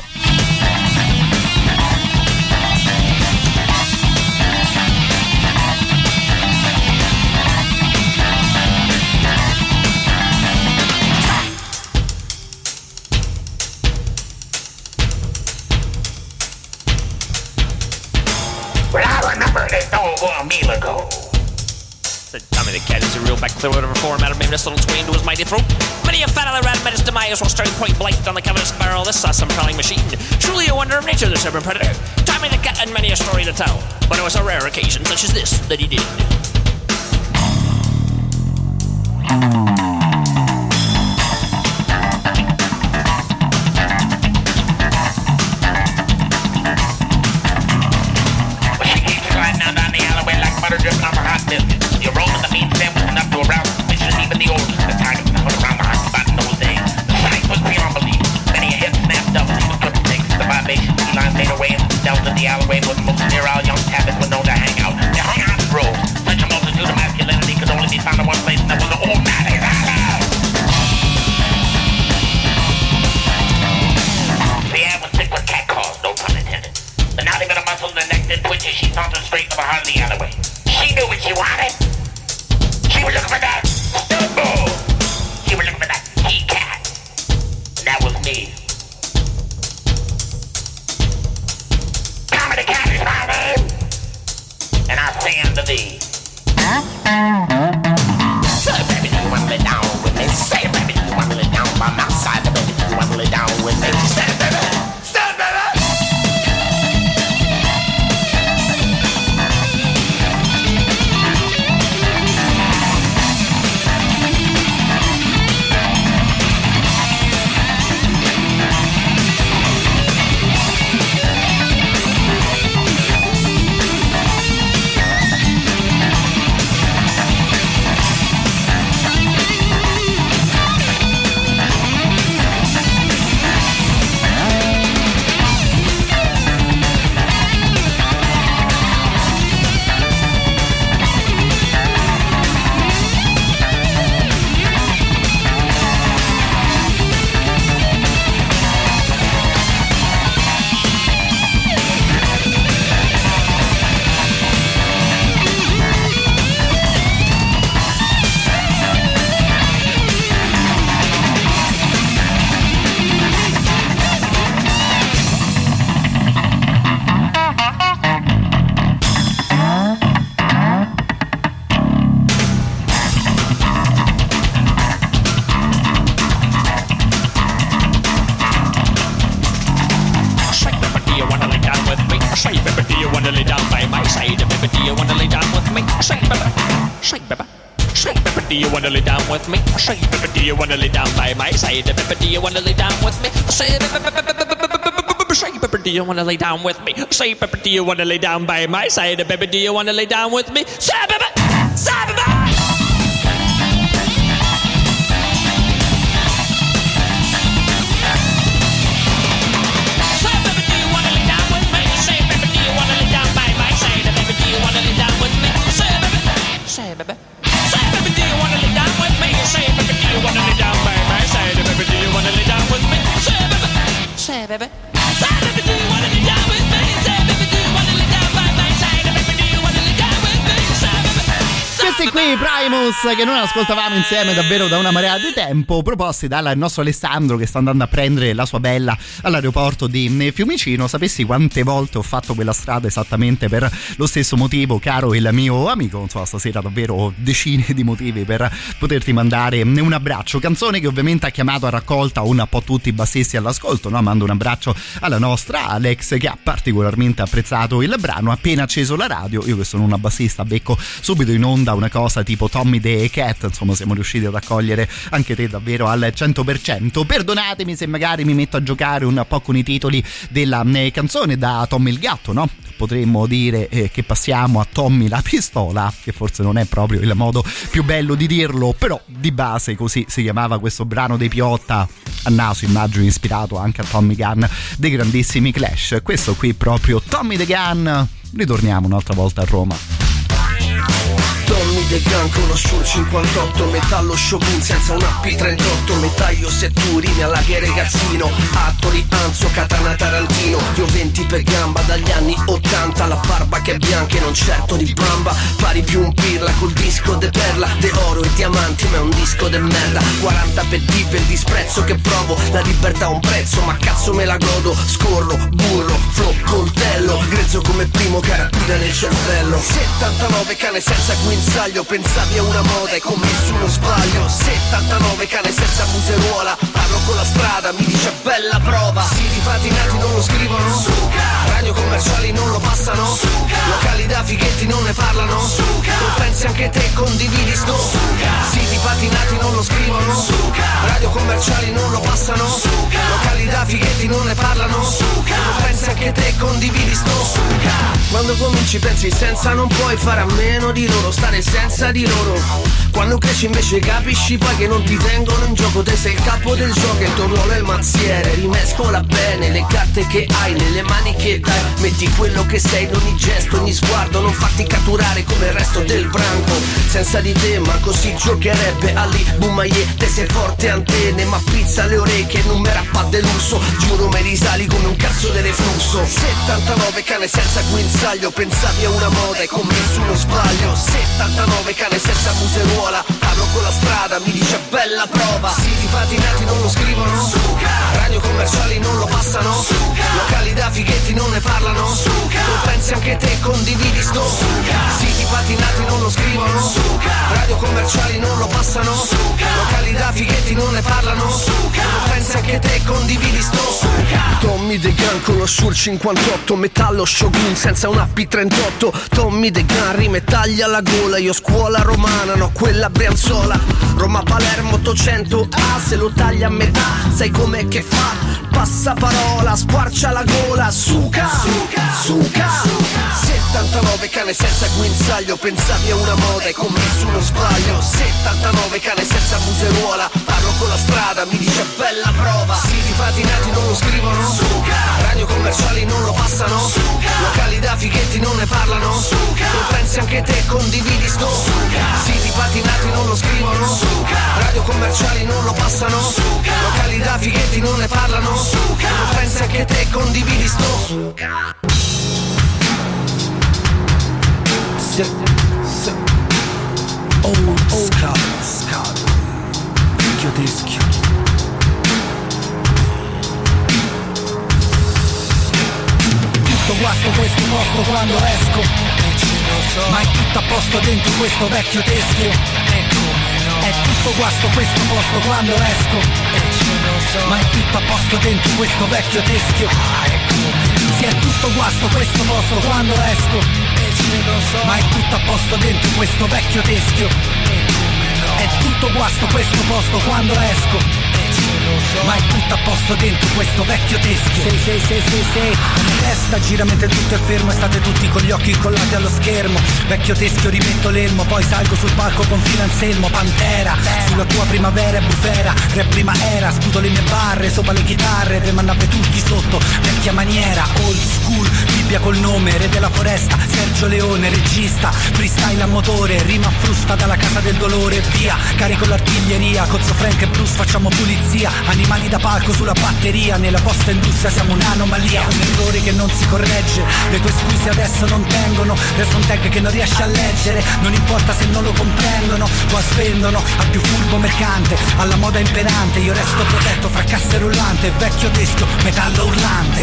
Well, I remember this doggone meal ago. Said Tommy the Cat is a real back clear whatever form out of maybe this little swing to his mighty throat. Many a fat of the rat met his demise while staring point blank on the covetous barrel of this awesome prowling machine. Truly a wonder of nature, this urban predator. Tommy the Cat had many a story to tell, but it was a rare occasion such as this that he did. Well, she keeps sliding down down the alleyway like butter dripping off her hot biscuits. You're rolling the meat sandwich enough to arouse suspicion even the oldest. The tiger snuggled around the hot spot in those days. The sight was beyond belief. Many a head snapped up and he was triple takes. The vibration sea line made her way into the dells of the alleyway where the most virile young tappets were known to hang out. They hung out in droves. Such a multitude of masculinity could only be found in one place, and that was the old man. my side? Baby, do you wanna lay down with me? Say, baby, say, baby. Say, baby, do you wanna lay down with me? Say, baby, do you wanna lay down by my side? Baby, do you wanna lay down with me? Say, baby, say, baby, do you wanna lay down with me? Say, baby, do you wanna lay down by my side? Baby, do you wanna lay down with me? Say, baby, say, baby. Say, baby. Say, baby, do you wanna lay down with me? Say, baby, do you wanna lay down by my side? Baby, do you wanna lay down with me? Say, baby. Say, baby. Say, baby, do you wanna lay down with me? Say, baby, do you wanna lay down by my side? Baby, do you wanna lay down with me? Say, baby. Questi qui, Primus, che noi ascoltavamo insieme davvero da una marea di tempo, proposti dal nostro Alessandro che sta andando a prendere la sua bella all'aeroporto di Fiumicino. Sapessi quante volte ho fatto quella strada esattamente per lo stesso motivo, caro il mio amico. Insomma, stasera davvero ho decine di motivi per poterti mandare un abbraccio. Canzone che ovviamente ha chiamato a raccolta un po' tutti i bassisti all'ascolto, no? Mando un abbraccio alla nostra Alex che ha particolarmente apprezzato il brano. Appena acceso la radio, io che sono una bassista becco subito in onda una cosa tipo Tommy the Cat. Insomma, siamo riusciti ad accogliere anche te davvero al cento per cento. Perdonatemi se magari mi metto a giocare un po' con i titoli della eh, canzone. Da Tommy il gatto, no? Potremmo dire eh, che passiamo a Tommy la pistola, che forse non è proprio il modo più bello di dirlo, però di base così si chiamava questo brano dei Piotta, a naso immagino ispirato anche a Tommy Gunn dei grandissimi Clash. Questo qui proprio Tommy the Gun. Ritorniamo un'altra volta a Roma. Tommy the Gun con lo Shure cinquantotto, metallo Shogun senza una P trentotto, metaglio setturini alla che ragazzino, attori Anzo, Katana Tarantino, io venti per gamba dagli anni ottanta, la barba che è bianca e non certo di bamba, pari più un pirla col disco de perla, de oro e diamanti ma è un disco de merda, quaranta per D per il disprezzo che provo, la libertà ha un prezzo ma cazzo me la godo, scorro, burro, flow, coltello, grezzo come primo carabina nel cervello, settantanove cane senza guinzaglio, pensavi a una moda e commesso uno sbaglio, settantanove cane senza museruola, parlo con la strada, mi dice bella prova, siti patinati non lo scrivono, Suca. Radio commerciali non lo passano, Suca. Locali da fighetti non ne parlano, Suca. Lo pensi anche te, condividi sto, Suca. Siti patinati non lo scrivono, Suca. Radio commerciali non lo passano, Suca. Locali da fighetti non ne parlano, Suca. Lo pensi anche te, condividi sto, Suca. Quando cominci pensi senza non puoi fare a meno di loro, stare senza di loro. Quando cresci invece capisci poi che non ti tengono in gioco, te sei il capo del gioco e il tuo ruolo è il mazziere. Rimescola bene le carte che hai nelle mani che dai, metti quello che sei in ogni gesto, ogni sguardo, non farti catturare come il resto del branco. Senza di te ma così giocherebbe Ali Bumaye, te sei forte antenne ma pizza le orecchie, non mi rappa de lusso, giuro me risali come un cazzo del reflusso. settantanove cane senza guinzaglio, pensavi a una moda e commesso uno sbaglio, settantanove cane senza museruola, parlo con la strada, mi dice bella prova, siti patinati non lo scrivono, Suca. Radio commerciali non lo passano, Suca. Locali da fighetti non ne parlano, Suca. Lo pensi anche te, condividi sto, Suca. Siti patinati non lo scrivono, Suca. Radio commerciali non lo passano, Suca. Locali da fighetti non ne parlano, Suca. Lo pensi anche te, condividi sto, Suca. Tommy the Gun con lo Shure cinquantotto, metallo Shogun senza una P trentotto, Tommy the Gun rimetaglia alla gola, io scuola romana, no quella brianzola, Roma-Palermo ottocento, ah se lo taglia a metà, sai com'è che fa, passa parola, squarcia la gola, Suca, Suca, Suca, settantanove cane senza guinzaglio, pensavi a una moda e commesso uno sbaglio, settantanove cane senza museruola, parlo con la strada, mi dice bella prova, siti patinati non lo scrivono, Suca. Radio commerciali non lo passano, Suca. Locali da fighetti non ne parlano, Suca. Lo pensi anche te, condividi sto, Suca. Siti patinati non lo scrivono, Suca. Radio commerciali non lo passano, Suca. Locali da fighetti non ne parlano, Suca. Lo pensi anche te, condividi sto, Suca. Se, se, oh, oh, scala, scala, vecchio teschio. Tutto guasto questo mostro quando esco, e ce lo so, ma è tutto a posto dentro questo vecchio teschio, e come no, è tutto guasto questo posto quando esco, e ce lo so, ma è tutto a posto dentro questo vecchio teschio, ah, e come no, sì è tutto guasto questo posto quando esco, e Ma è tutto a posto dentro questo vecchio teschio. È tutto guasto questo posto quando esco. Ma è tutto a posto dentro questo vecchio teschio. Sì, sì, sì, sì, sì. La mia testa gira mentre tutto è fermo e state tutti con gli occhi incollati allo schermo. Vecchio teschio, rimetto l'elmo, poi salgo sul palco con filo Anselmo. Pantera, sulla tua primavera e bufera. Rap prima era, sputo le mie barre sopra le chitarre per mandarvi tutti sotto. Vecchia maniera, old school, Bibbia col nome, re della foresta, Sergio Leone, regista, freestyle a motore, rima frusta dalla casa del dolore. Via, carico l'artiglieria, Cozzo Frank e Bruce, facciamo pulizia. Animali da palco sulla batteria, nella vostra industria siamo un'anomalia, un errore che non si corregge. Le tue scuse adesso non tengono, resta un tag che non riesci a leggere. Non importa se non lo comprendono, poi spendono al più furbo mercante, alla moda imperante. Io resto protetto fra casse rullante, vecchio teschio, metallo urlante.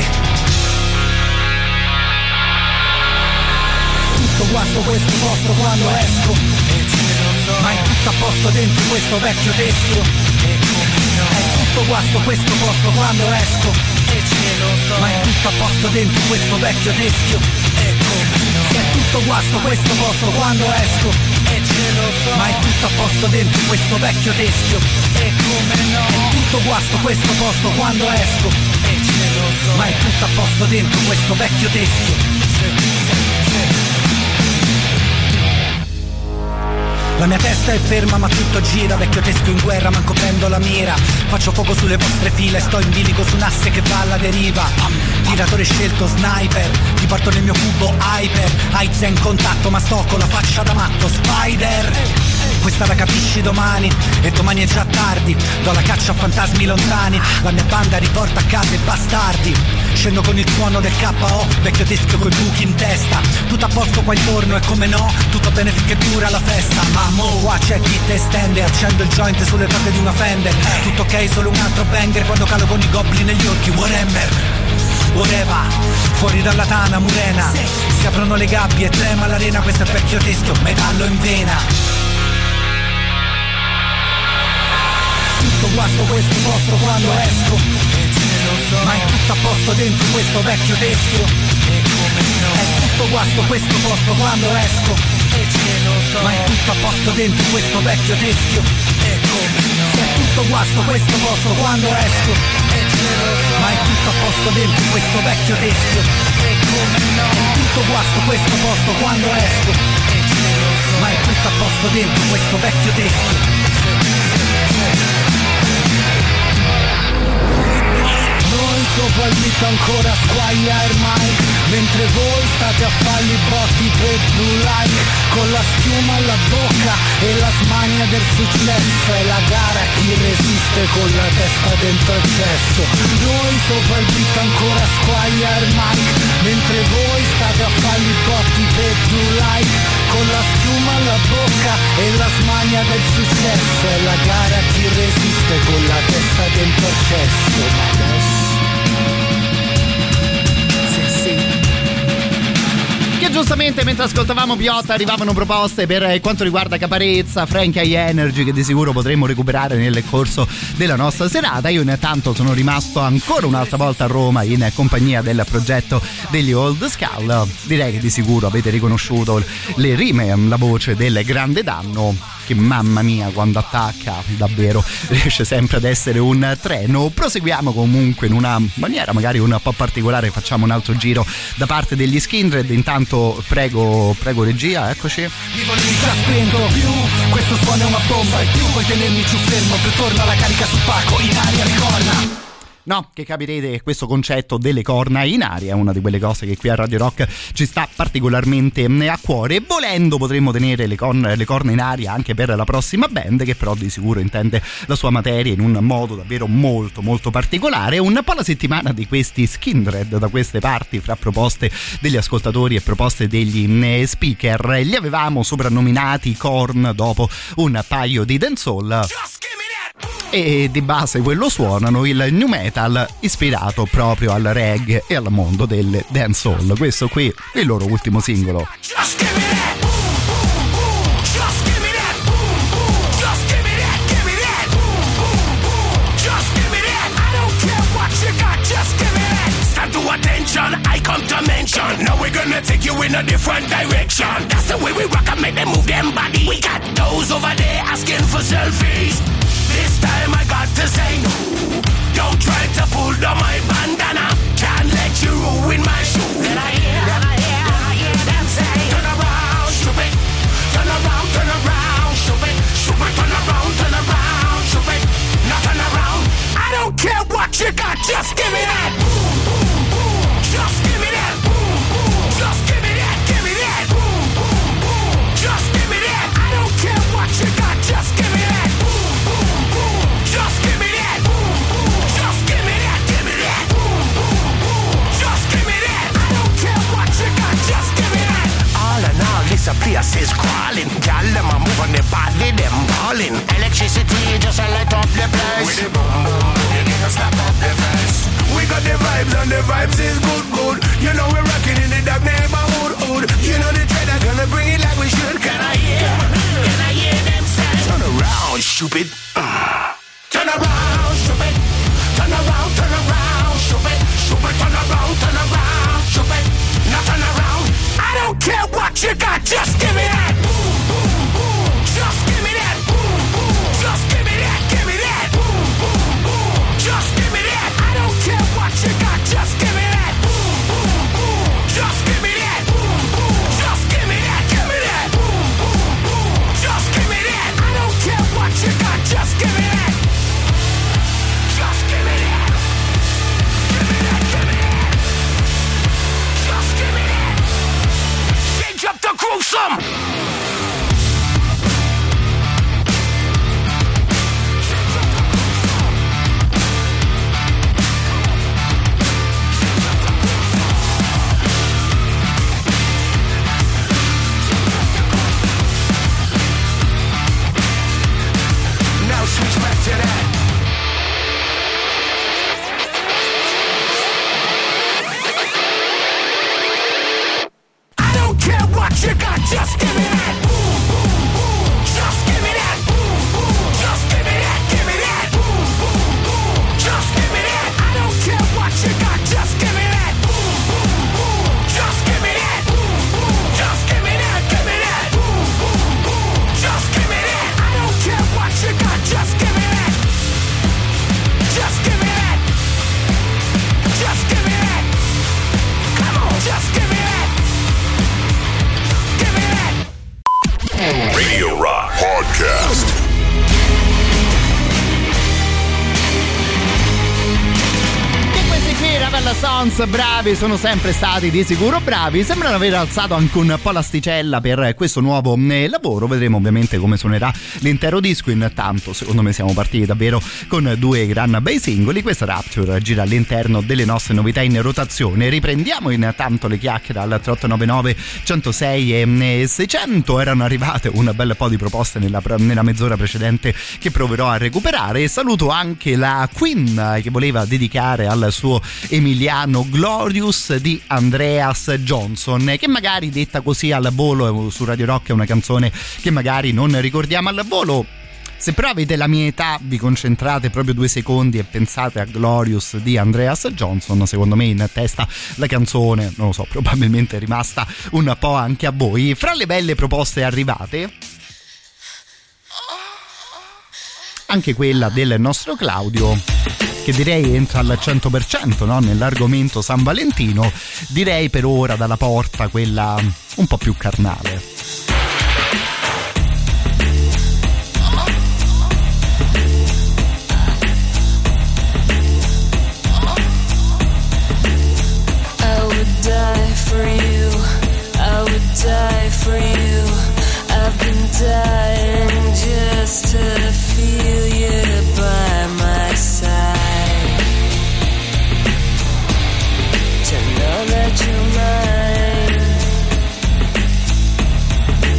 Tutto guasto questo posto quando esco, ma è tutto a posto dentro questo vecchio teschio. È tutto guasto questo posto quando esco, ma è tutto a posto dentro questo vecchio teschio. È tutto guasto questo posto quando esco, ma è tutto a posto dentro questo vecchio teschio. È tutto guasto questo posto quando esco, ma è tutto a posto dentro questo vecchio teschio. La mia testa è ferma ma tutto gira, vecchio teschio in guerra manco prendo la mira. Faccio fuoco sulle vostre file, sto in bilico su un asse che va alla deriva. Tiratore scelto, sniper, ti porto nel mio cubo hyper. Aiza in contatto ma sto con la faccia da matto, Spider. Questa la capisci domani, e domani è già tardi. Do la caccia a fantasmi lontani, la mia banda riporta a casa i bastardi. Scendo con il suono del K O, vecchio teschio coi buchi in testa. Tutto a posto qua intorno e come no, tutto bene finché dura la festa. Ma mo qua c'è chi te stende, accendo il joint sulle porte di una Fender. Tutto ok, solo un altro banger quando calo con i goblin negli orchi, whatever. Whatever, fuori dalla tana murena, si aprono le gabbie e trema l'arena. Questo è vecchio teschio, metallo in vena. Tutto guasto questo posto quando esco, ma è tutto a posto dentro questo vecchio teschio. È tutto guasto questo posto quando esco, ma è tutto a posto dentro questo vecchio teschio. È tutto guasto questo posto quando esco, ma è tutto a posto dentro questo vecchio teschio. È tutto guasto questo posto quando esco, ma è tutto a posto dentro questo vecchio teschio. Noi sopra il beat ancora squaglia il mic, mentre voi state a farli botti per do like. Con la schiuma alla bocca e la smania del successo, è la gara chi resiste con la testa dentro il cesso. Noi sopra il beat ancora squaglia il mic, mentre voi state a farli botti per do like. Con la schiuma alla bocca e la smania del successo, è la gara chi resiste con la testa dentro il cesso. Che giustamente mentre ascoltavamo Piotta arrivavano proposte per quanto riguarda Caparezza, Frankie High Energy, che di sicuro potremo recuperare nel corso della nostra serata. Io intanto sono rimasto ancora un'altra volta a Roma in compagnia del progetto degli Old Skull. Direi che di sicuro avete riconosciuto le rime, la voce del Grande Danno, che mamma mia quando attacca davvero riesce sempre ad essere un treno. Proseguiamo comunque in una maniera magari un po' particolare, facciamo un altro giro da parte degli Skindred. Intanto prego prego regia, eccoci. Mi volevi già spento più, questo suono è una bomba e più vuoi tenermi giù fermo, più torna la carica sul palco, in aria le corna. No, che capirete, questo concetto delle corna in aria è una di quelle cose che qui a Radio Rock ci sta particolarmente a cuore. Volendo potremmo tenere le, con, le corna in aria anche per la prossima band, che però di sicuro intende la sua materia in un modo davvero molto molto particolare. Un po' la settimana di questi Skindred da queste parti, fra proposte degli ascoltatori e proposte degli speaker. Li avevamo soprannominati Korn dopo un paio di dancehall, e di base quello suonano il new metal ispirato proprio al reggae e al mondo del dancehall. Questo qui è il loro ultimo singolo. Attention, I come to mention. Now we gonna take you in a different direction. That's the way we rock and make them move them body. We got those over there asking for selfies. This time I got to say no. Don't try to pull down my bandana. Can't let you ruin my shoes. Then I hear, then I hear, then I hear them say, turn around, stupid. Turn around, turn around, stupid. Stupid, turn around, turn around, stupid. Not turn around. I don't care what you got, just give me that. Boom, boom, boom. Just give me that. Boom, boom. Just give me that, give me that. Boom, boom, boom. Just give me that. I don't care what you got, just give me that. Boom, boom, boom. Just give me that. Boom, boom. Just give me that, give me that. Boom, boom, boom. Just give me that. I don't care what you got, just give me that. All in all, this place is crawling. Y'all them a move on the body, them balling. Electricity just a light up the place. With the boom boom, you need to slap up the face. We got the vibes and the vibes is good, good. You know we're rocking in the dark neighborhood, hood. You know the traders gonna bring it like we should. Can I hear? Can I hear them say? Turn around, stupid. Uh. Turn around, stupid. Turn around, turn around, stupid. Stupid, turn around, turn around, stupid. Now turn around. I don't care what you got, just give me that. Boom, boom, boom. Just give me that. Boom, boom. Just give me that, give me that. Boom, boom, boom. Just give me that. I don't care what you got, just give me that. Boom, boom, boom. Just give me that. Boom, boom. Just give me that, give me that. Boom, boom, boom. Just give me that. I don't care what you got, just give me that. Just give me that. Give me that, give me that. Just give me that. Change up the gruesome. Switch back to that. I don't care what you got, just give me that. Boom, boom, boom. Just give me that. Boom, boom. Just give me that, give me that. Boom, boom, boom. Just give me that. I don't care what you got, just give me that. Boom, boom, boom. Just give me that. Boom, boom. Just give me that, give me that. Boom, boom, boom. Just give me that. I don't care what you got, just give me that. Just give me that. Just give me that. Come on, just give me that. Give me that. Radio Rock Podcast. Ravel Sons, bravi, sono sempre stati di sicuro bravi. Sembrano aver alzato anche un po' l'asticella per questo nuovo eh, lavoro. Vedremo ovviamente come suonerà l'intero disco. Intanto secondo me siamo partiti davvero con due gran bei singoli. Questa Rapture gira all'interno delle nostre novità in rotazione. Riprendiamo intanto le chiacchiere al tre otto nove nove centosei e seicento. Erano arrivate un bel po' di proposte nella, nella mezz'ora precedente che proverò a recuperare. E saluto anche la Queen che voleva dedicare al suo Emiliano Glorious di Andreas Johnson, che magari detta così al volo su Radio Rock è una canzone che magari non ricordiamo al volo. Se però avete la mia età, vi concentrate proprio due secondi e pensate a Glorious di Andreas Johnson, secondo me in testa la canzone, non lo so, probabilmente è rimasta un po' anche a voi. Fra le belle proposte arrivate anche quella del nostro Claudio, che direi entra al cento per cento, no? Nell'argomento San Valentino. Direi per ora dalla porta quella un po' più carnale. I would die for you, I would die for you. I've been dying just to feel you by my side, to know that you're mine.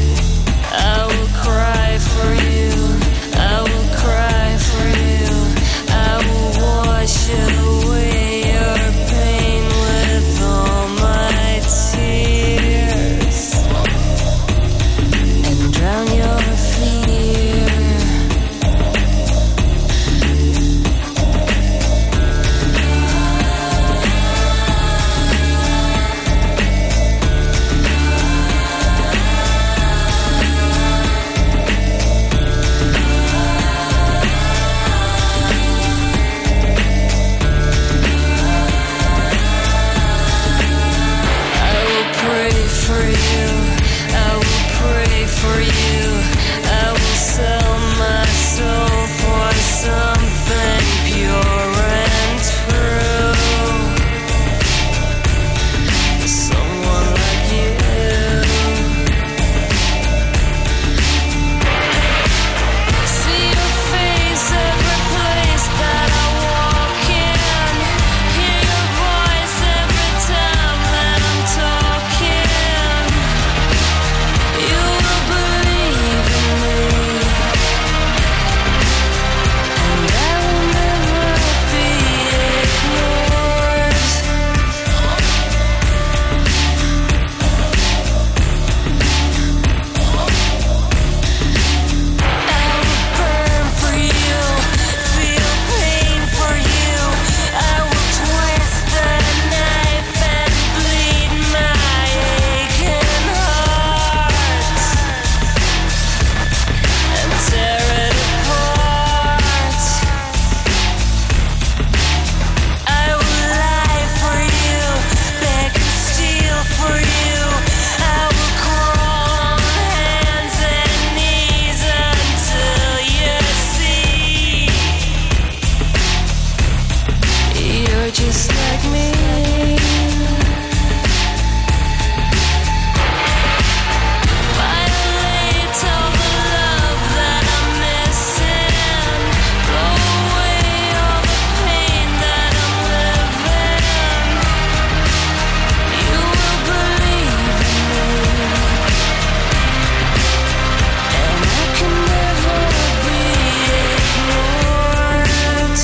just like me. Violate all the love that I'm missing. Blow away all the pain that I'm living. You will believe in me, and I can never be ignored.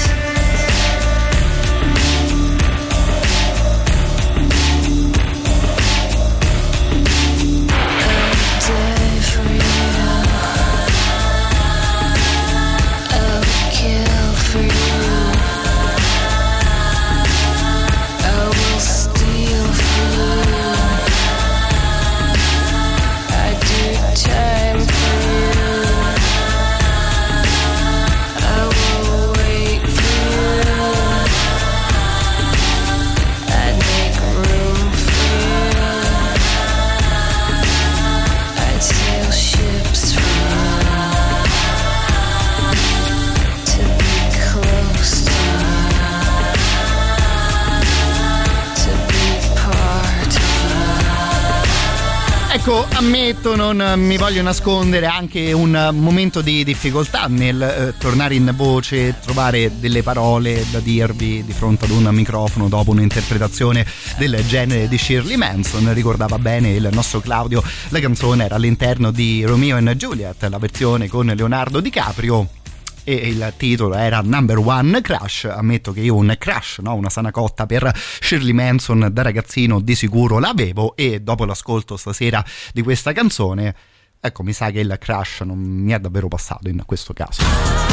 Ecco, ammetto, non mi voglio nascondere, anche un momento di difficoltà nel eh, tornare in voce, trovare delle parole da dirvi di fronte ad un microfono dopo un'interpretazione del genere di Shirley Manson. Ricordava bene il nostro Claudio, la canzone era all'interno di Romeo and Juliet, la versione con Leonardo DiCaprio, e il titolo era Number One Crush. Ammetto che io un crush, no? Una sana cotta per Shirley Manson da ragazzino di sicuro l'avevo, e dopo l'ascolto stasera di questa canzone, ecco, mi sa che il crush non mi è davvero passato in questo caso.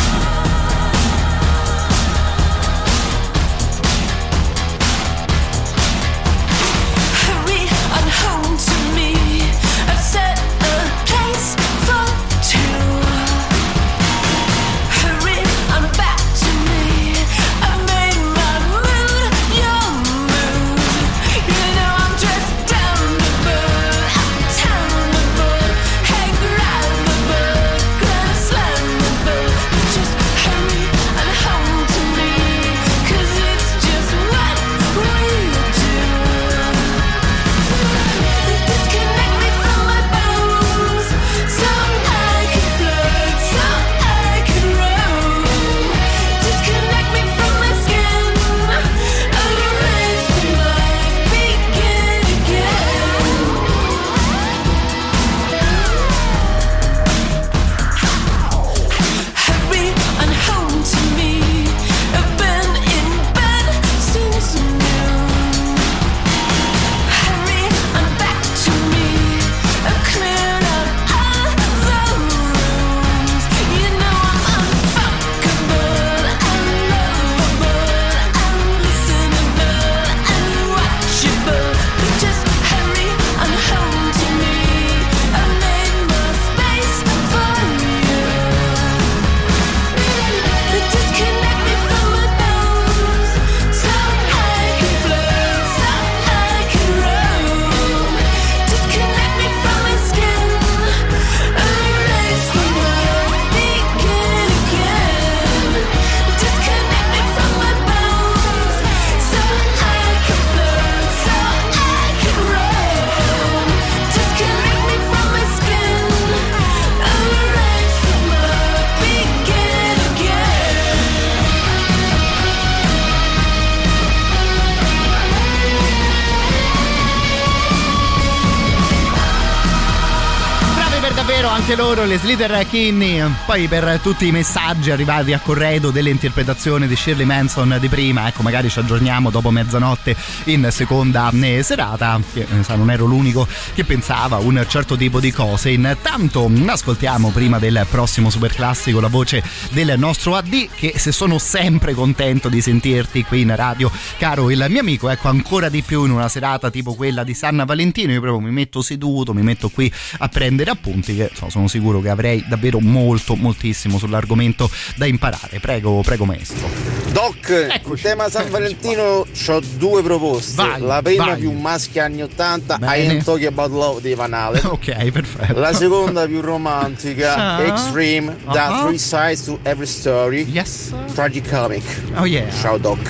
Anche loro, le Sleater Kinney. Poi per tutti i messaggi arrivati a corredo delle interpretazioni di Shirley Manson di prima, ecco, magari ci aggiorniamo dopo mezzanotte in seconda serata, che sa, non ero l'unico che pensava un certo tipo di cose. Intanto ascoltiamo, prima del prossimo super classico, la voce del nostro A D, che se sono sempre contento di sentirti qui in radio, caro il mio amico, ecco, ancora di più in una serata tipo quella di San Valentino. Io proprio mi metto seduto, mi metto qui a prendere appunti, che so, sono sicuro che avrei davvero molto moltissimo sull'argomento da imparare. Prego, prego maestro. Doc, Eccoci. il tema San Valentino c'ho due proposte. Vai, la prima vai. più maschia anni ottanta, Bene. I Ain't Talking About Love di Van Halen. Ok, perfetto. La seconda più romantica, Ah. Extreme, da Uh-huh. Three Sides to Every Story. Yes. Tragicomic. Oh yeah. Ciao Doc.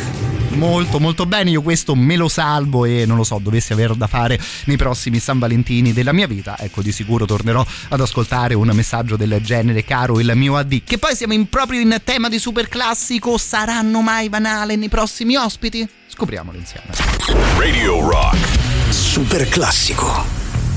Molto molto bene, io questo me lo salvo e non lo so, dovessi aver da fare nei prossimi San Valentini della mia vita, ecco di sicuro tornerò ad ascoltare un messaggio del genere, caro il mio A D. Che poi siamo in proprio in tema di super classico, saranno mai Van Halen i prossimi ospiti? Scopriamolo insieme. Radio Rock Super classico.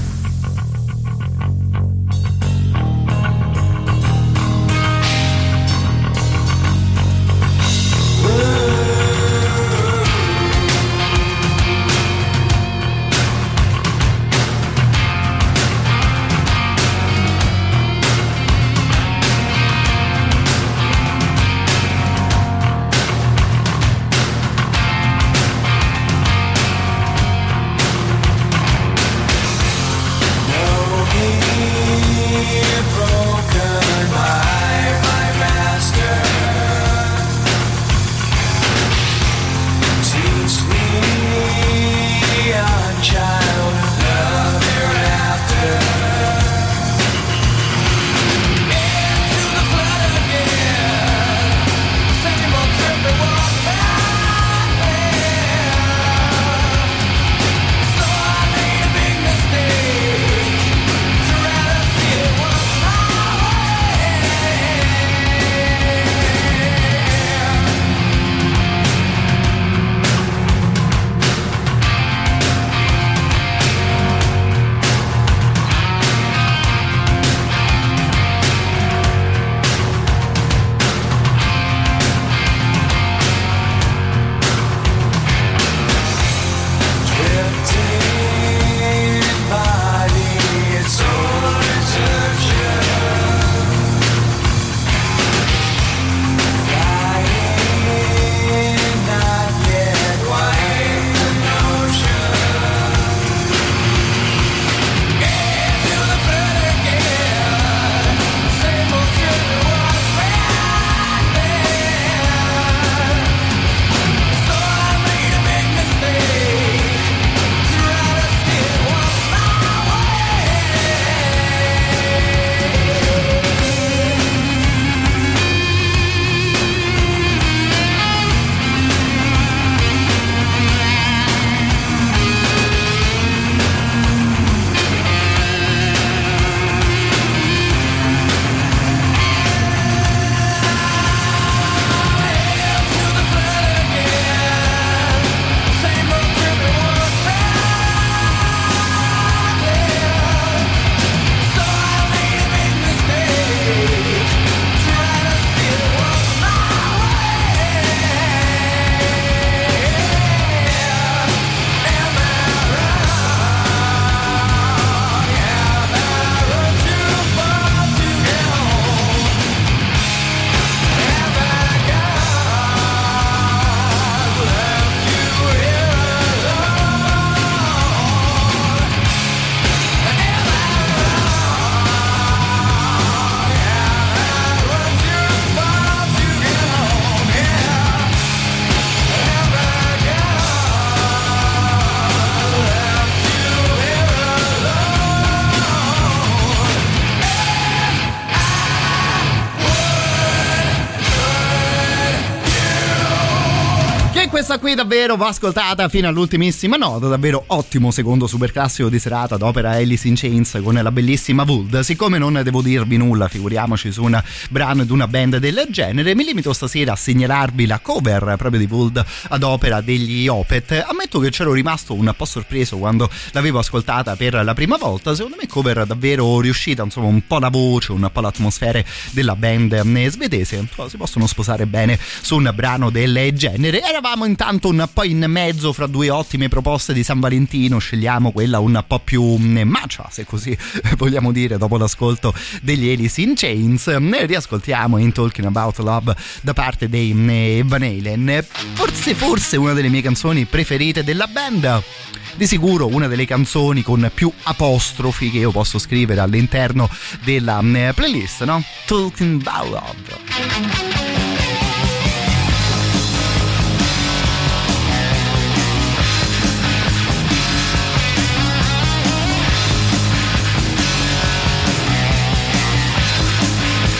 Questa qui davvero va ascoltata fino all'ultimissima nota, davvero ottimo secondo superclassico di serata d'opera Alice in Chains con la bellissima Would. Siccome non devo dirvi nulla, figuriamoci su un brano di una band del genere, mi limito stasera a segnalarvi la cover proprio di Would ad opera degli Opeth. Ammetto che c'ero rimasto un po' sorpreso quando l'avevo ascoltata per la prima volta, secondo me cover davvero riuscita, insomma un po' la voce, un po' l'atmosfera della band svedese, si possono sposare bene su un brano del genere. Eravamo intanto un po' in mezzo fra due ottime proposte di San Valentino, scegliamo quella un po' più macia, se così vogliamo dire, dopo l'ascolto degli Alice in Chains. Ne riascoltiamo In Talking About Love da parte dei Van Halen, forse forse una delle mie canzoni preferite della band, di sicuro una delle canzoni con più apostrofi che io posso scrivere all'interno della playlist, no? Talking About Love.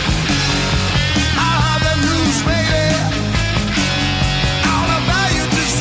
I have the news, baby, all about your disease.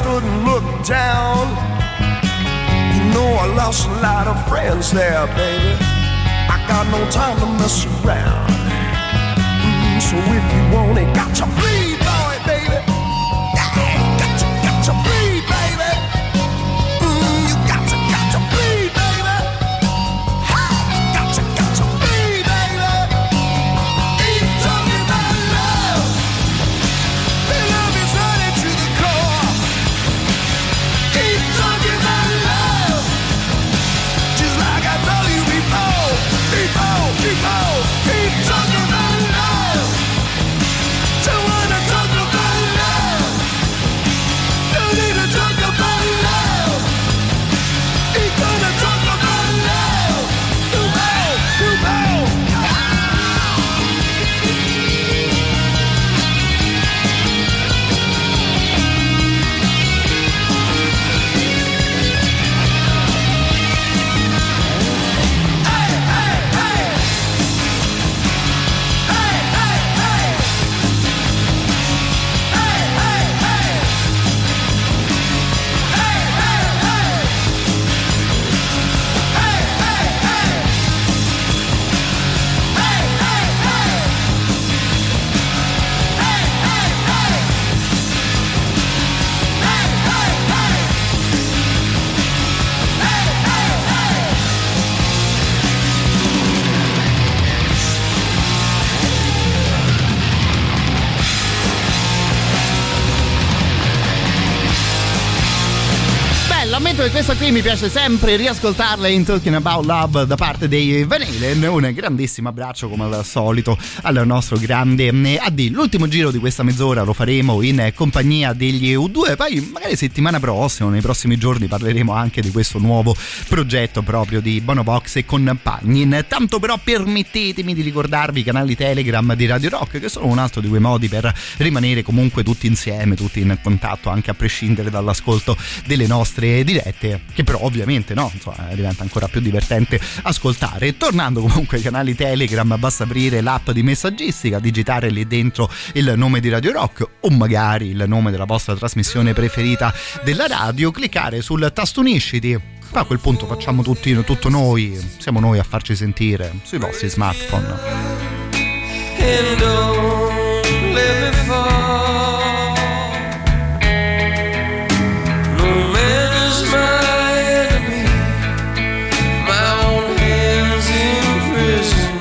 stood and looked down. You know I lost a lot of friends there, baby. I got no time to mess around. Mm, so if you want it, got to bleed for it, baby. Yeah, got to, got to bleed, baby. Mm, you got to, got to bleed, baby. Ha, got to, got to bleed, baby. Ain't talking about love. The love is running to the core. Ain't talking about love. Just like I told you before, before, before. Ain't talking about love. Don't wanna talk about love. Don't need to talk about love. Ain't gonna talk about love. You know, you know. Ammetto che questa qui mi piace sempre riascoltarla in Talking About Love da parte dei Van Halen. Un grandissimo abbraccio come al solito al nostro grande A D. L'ultimo giro di questa mezz'ora lo faremo in compagnia degli U due, poi magari settimana prossima, nei prossimi giorni parleremo anche di questo nuovo progetto proprio di Bono Vox e compagni. Intanto però permettetemi di ricordarvi i canali Telegram di Radio Rock, che sono un altro di quei modi per rimanere comunque tutti insieme, tutti in contatto, anche a prescindere dall'ascolto delle nostre dirette, che però ovviamente no, insomma, diventa ancora più divertente ascoltare. Tornando comunque ai canali Telegram, basta aprire l'app di messaggistica, digitare lì dentro il nome di Radio Rock o magari il nome della vostra trasmissione preferita della radio, cliccare sul tasto unisciti. A quel punto facciamo tutti, tutto noi, siamo noi a farci sentire sui vostri smartphone. And don't let me fall. No man is my enemy. My own hands imprison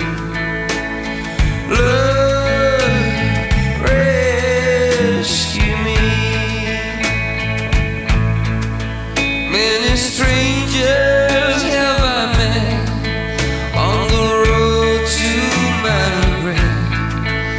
me. Love, rescue me. Many strangers have I met on the road to my grave.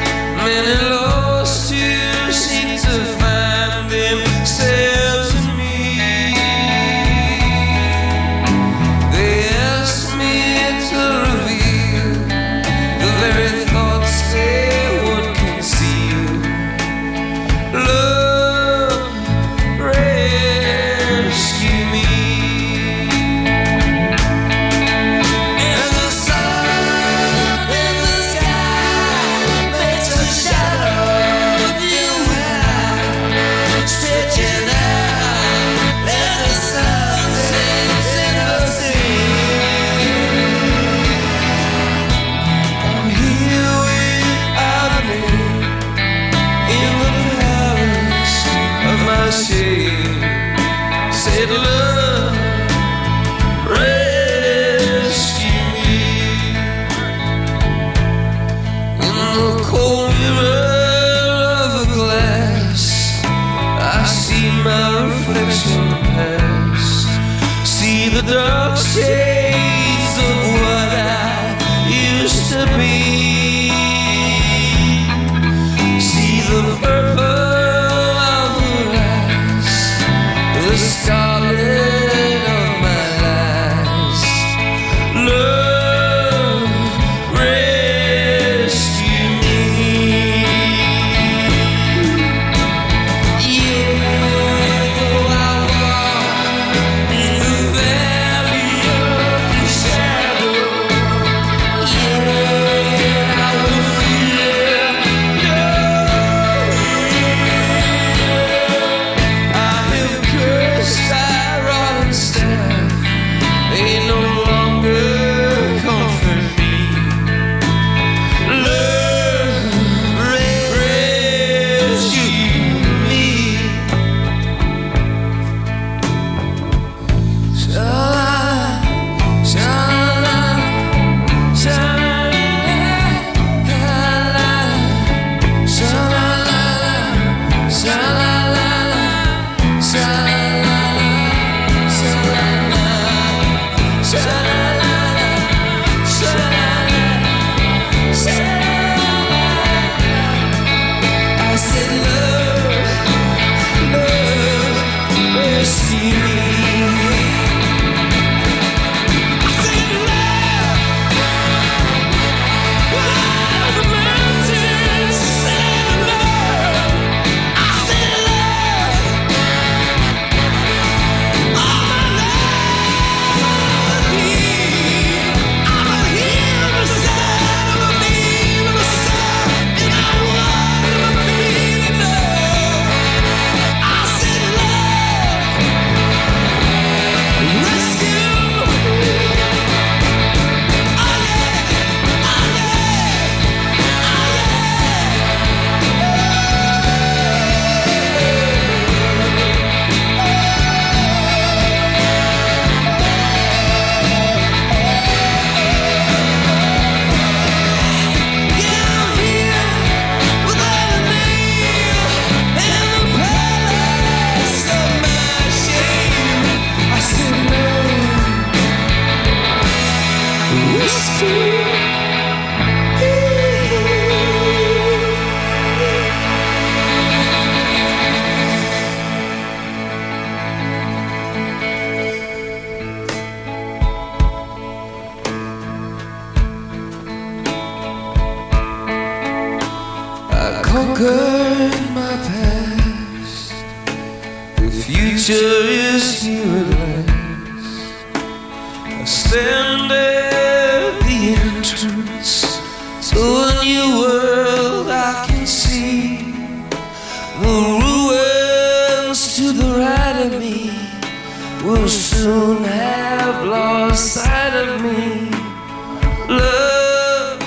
Conquered my past. The future is here at last. I stand at the entrance to a new world. I can see the ruins to the right of me. Will soon have lost sight of me. Love,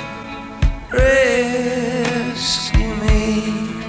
rescue me.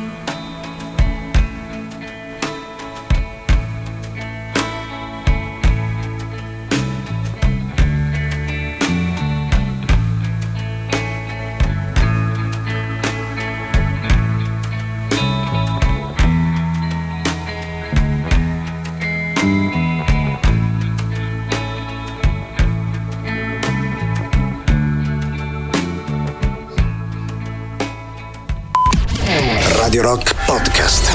Radio Rock Podcast.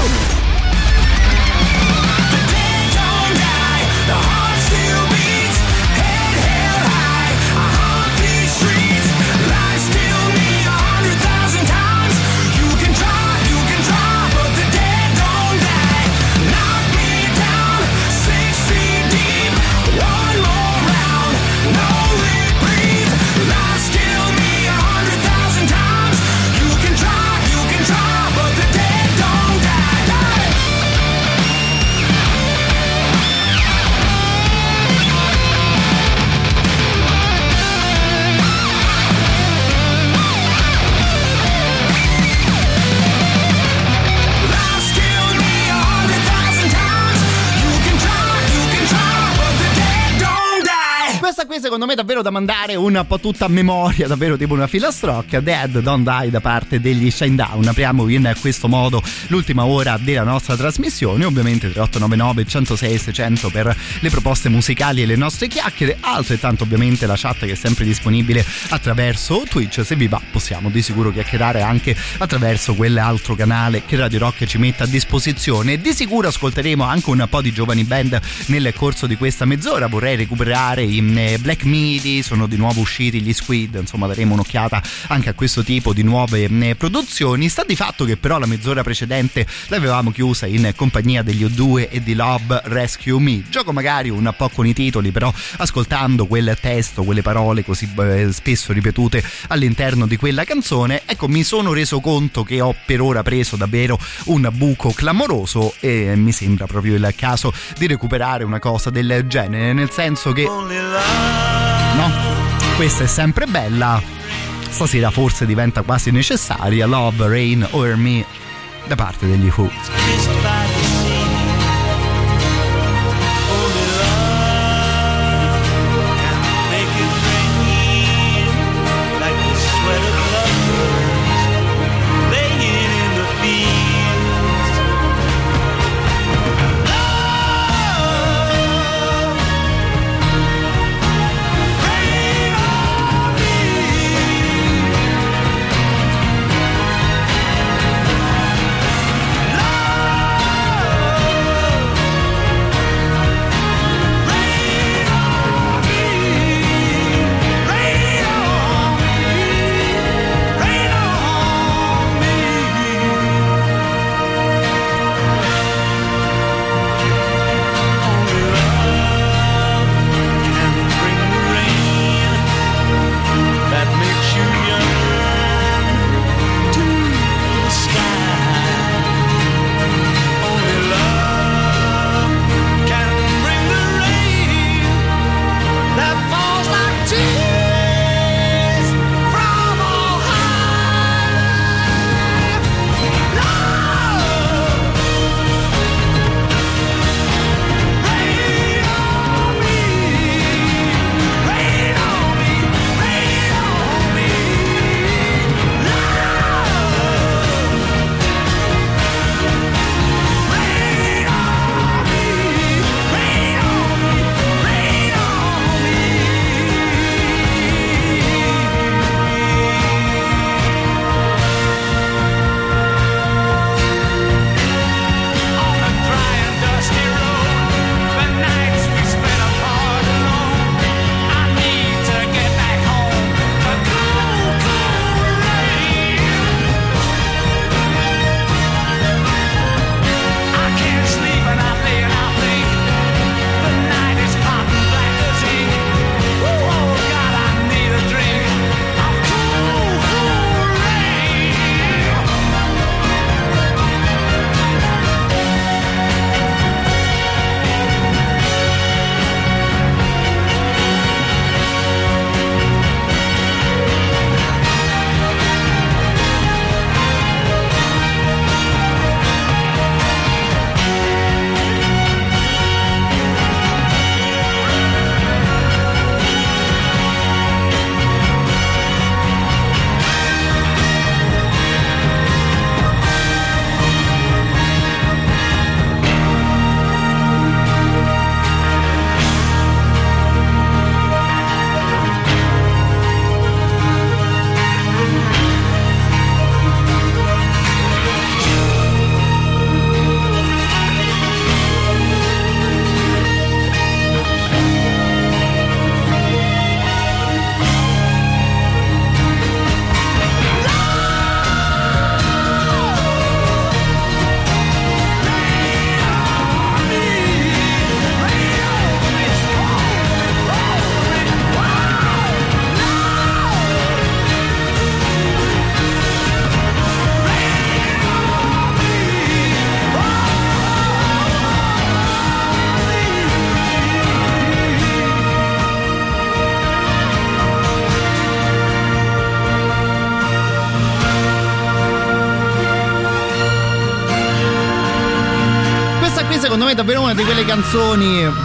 Qui secondo me è davvero da mandare un po' tutta a memoria, davvero tipo una filastrocca. Dead Don't Die da parte degli Shinedown. Apriamo in questo modo l'ultima ora della nostra trasmissione, ovviamente tre otto nove nove uno zero sei sei zero zero per le proposte musicali e le nostre chiacchiere, altrettanto ovviamente la chat che è sempre disponibile attraverso Twitch. Se vi va possiamo di sicuro chiacchierare anche attraverso quell'altro canale che Radio Rock ci mette a disposizione. Di sicuro ascolteremo anche un po' di giovani band nel corso di questa mezz'ora. Vorrei recuperare in Black Midi, sono di nuovo usciti gli Squid, insomma daremo un'occhiata anche a questo tipo di nuove eh, produzioni. Sta di fatto che però la mezz'ora precedente l'avevamo chiusa in compagnia degli U due e di Love Rescue Me, gioco magari un po' con i titoli, però ascoltando quel testo, quelle parole così eh, spesso ripetute all'interno di quella canzone, ecco, mi sono reso conto che ho per ora preso davvero un buco clamoroso e mi sembra proprio il caso di recuperare una cosa del genere, nel senso che no, questa è sempre bella, stasera forse diventa quasi necessaria. Love, Rain Over Me da parte degli Who. Love secondo me è davvero una di quelle canzoni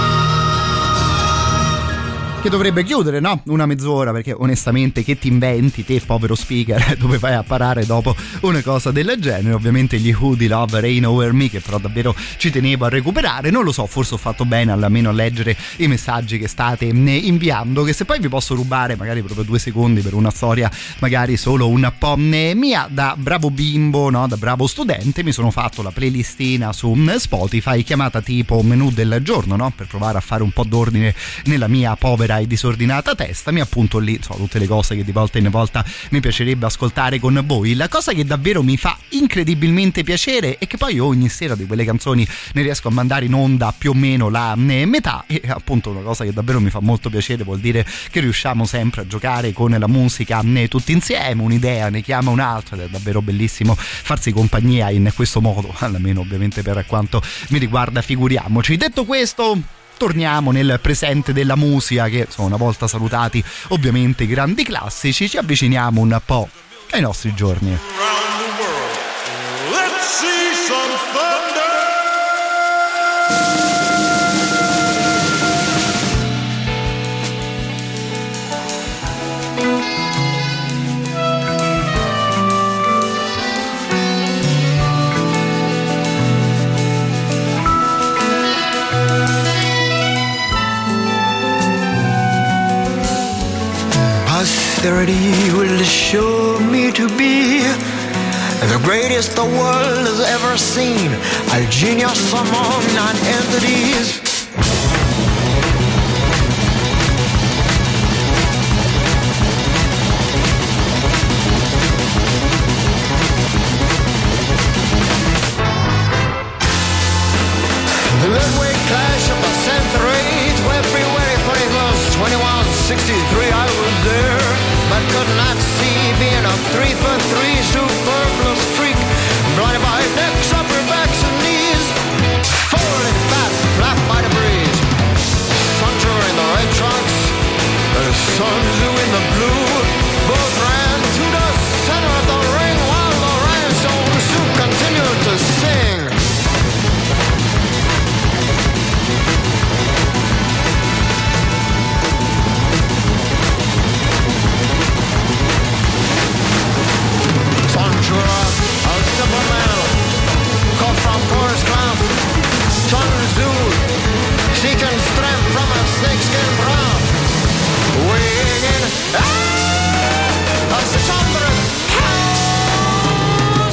che dovrebbe chiudere, no? Una mezz'ora, perché onestamente che ti inventi te, povero speaker, dove vai a parare dopo una cosa del genere? Ovviamente gli Who di Love Rain Over Me, che però davvero ci tenevo a recuperare. Non lo so, forse ho fatto bene almeno a leggere i messaggi che state inviando, che se poi vi posso rubare magari proprio due secondi per una storia magari solo un po' mia, da bravo bimbo, no? Da bravo studente mi sono fatto la playlistina su Spotify chiamata tipo menù del giorno, no? Per provare a fare un po' d'ordine nella mia povera e disordinata testa. Mi appunto lì so, tutte le cose che di volta in volta mi piacerebbe ascoltare con voi. La cosa che davvero mi fa incredibilmente piacere è che poi ogni sera di quelle canzoni ne riesco a mandare in onda più o meno la metà, e appunto una cosa che davvero mi fa molto piacere, vuol dire che riusciamo sempre a giocare con la musica tutti insieme, un'idea ne chiama un'altra, ed è davvero bellissimo farsi compagnia in questo modo, almeno ovviamente per quanto mi riguarda, figuriamoci. Detto questo, torniamo nel presente della musica, che sono una volta salutati ovviamente i grandi classici, ci avviciniamo un po' ai nostri giorni. Let's see some thunder. Posterity will show me to be the greatest the world has ever seen, a genius among non-entities. The midway clash of the century, February twenty-first, twenty-one sixty-three, I was there, but could not see, being a three for three superfluous freak, blinded by necks, upper backs and knees, folding fat, flapped by the breeze. Sancho in the red trunks, the Sun Tzu in the blue, both ran to the center of the ring while the rhinestone suit continued to sing. A simple man, cut from coarse cloth. Sun Tzu, seeking strength from a snakeskin broth. Weighing in, ah, a six hundred pounds.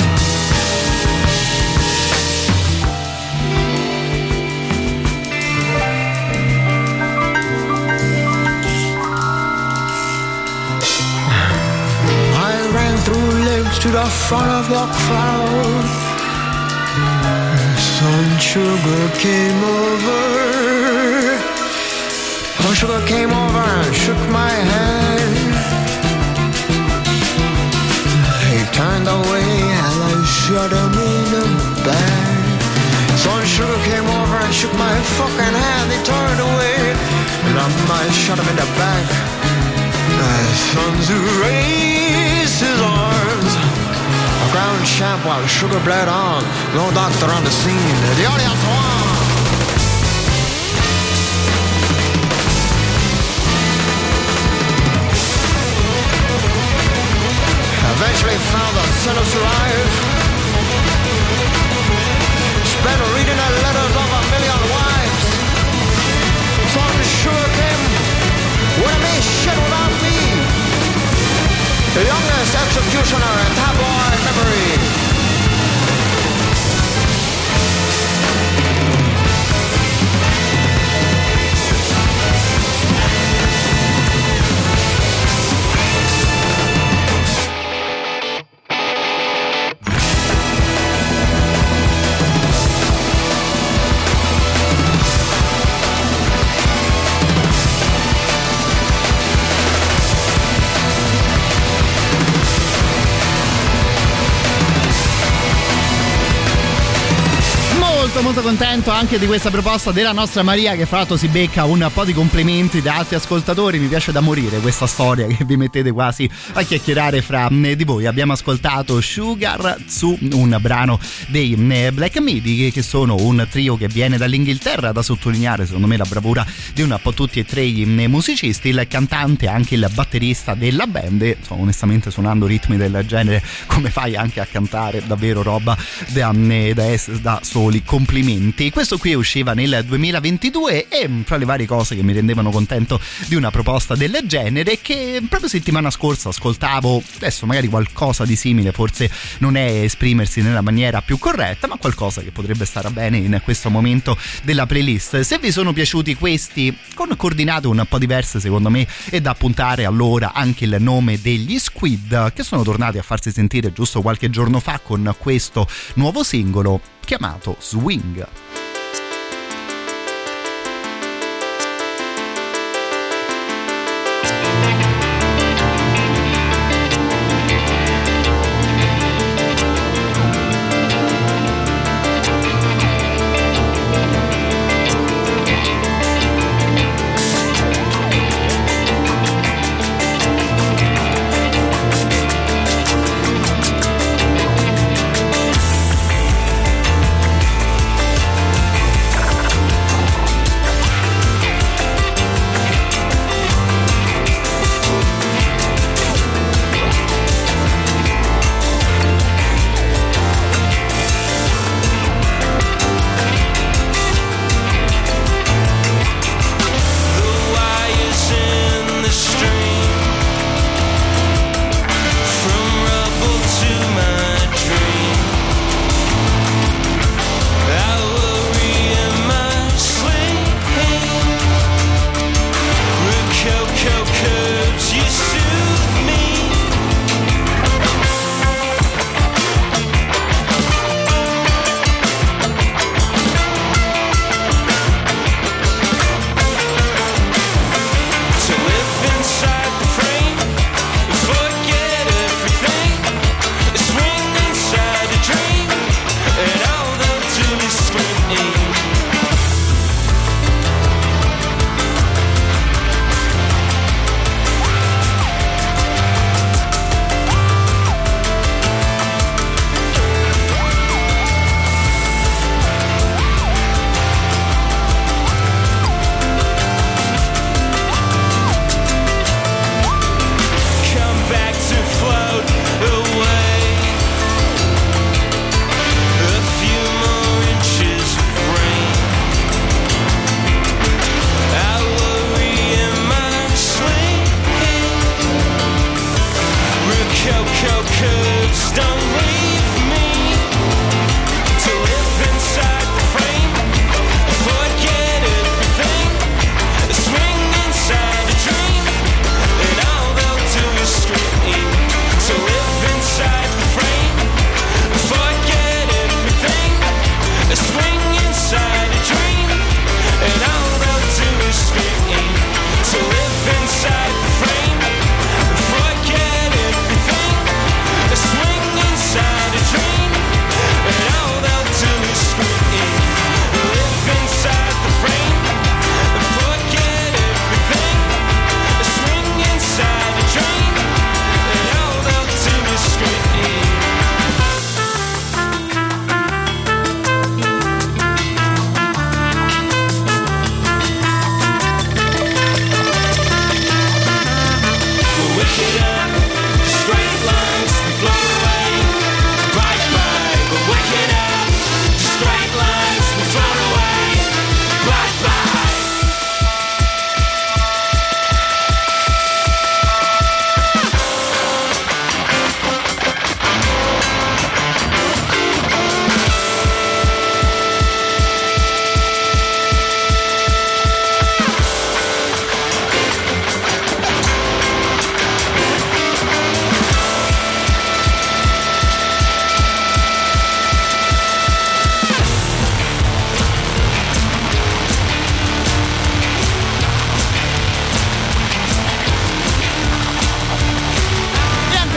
I ran through legs to the front of the crowd. Sun Sugar came over. Sun Sugar came over and shook my hand. He turned away and I shot him in the back. Sun Sugar came over and shook my fucking hand. He turned away and I shot him in the back. Sun Tzu raised his arms. A ground champ while Sugar bled on. No doctor on the scene. The audience won. Eventually found the sinners alive. Spent reading the letters of a million wives. Sun Sugar came with me shit without me. The youngest executioner in tabloid memory. molto molto contento anche di questa proposta della nostra Maria, che fra l'altro si becca un po' di complimenti da altri ascoltatori. Mi piace da morire questa storia che vi mettete quasi a chiacchierare fra di voi. Abbiamo ascoltato Sugar su un brano dei Black Midi, che sono un trio che viene dall'Inghilterra. Da sottolineare secondo me la bravura di un po' tutti e tre i musicisti, il cantante e anche il batterista della band. E, insomma, onestamente suonando ritmi del genere come fai anche a cantare? Davvero roba da, da, da soli complimenti. Questo qui usciva nel duemilaventidue e fra le varie cose che mi rendevano contento di una proposta del genere, che proprio settimana scorsa ascoltavo, adesso magari qualcosa di simile, forse non è esprimersi nella maniera più corretta, ma qualcosa che potrebbe stare bene in questo momento della playlist. Se vi sono piaciuti questi con coordinate un po' diverse secondo me è da puntare allora anche il nome degli Squid, che sono tornati a farsi sentire giusto qualche giorno fa con questo nuovo singolo chiamato Swing.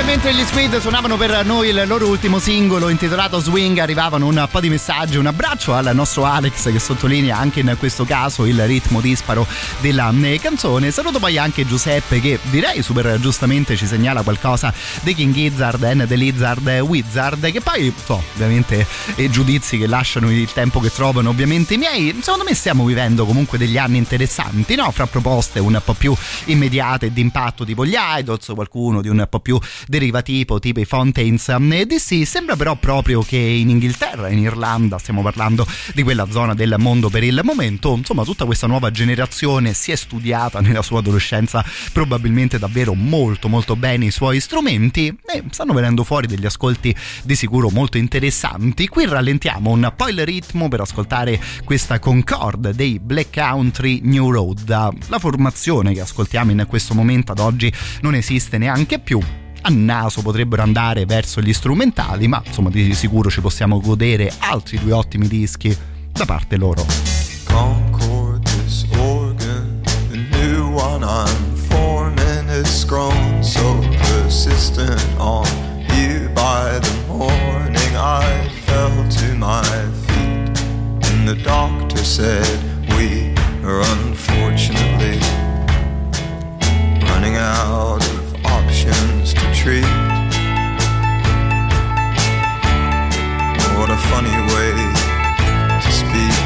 Mentre gli Squid suonavano per noi il loro ultimo singolo intitolato Swing, arrivavano un po' di messaggi. Un abbraccio al nostro Alex che sottolinea anche in questo caso il ritmo disparo della canzone. Saluto poi anche Giuseppe che direi super giustamente ci segnala qualcosa di King Gizzard and the Lizard Wizard, che poi so, ovviamente e giudizi che lasciano il tempo che trovano ovviamente i miei. Secondo me stiamo vivendo comunque degli anni interessanti, no? Fra proposte un po' più immediate e d'impatto tipo gli Idols, qualcuno di un po' più derivativo tipo i Fountains D C. Sembra però proprio che in Inghilterra, in Irlanda, stiamo parlando di quella zona del mondo per il momento, insomma tutta questa nuova generazione si è studiata nella sua adolescenza probabilmente davvero molto molto bene i suoi strumenti e stanno venendo fuori degli ascolti di sicuro molto interessanti. Qui rallentiamo un po' il ritmo per ascoltare questa Concord dei Black Country New Road. La formazione che ascoltiamo in questo momento ad oggi non esiste neanche più. A naso potrebbero andare verso gli strumentali, ma insomma di sicuro ci possiamo godere altri due ottimi dischi da parte loro. Concord, this organ, the new one I'm forming, it's grown so persistent on you. By the morning I fell to my feet and the doctor said we are unfortunately running out of options to treat. What a funny way to speak.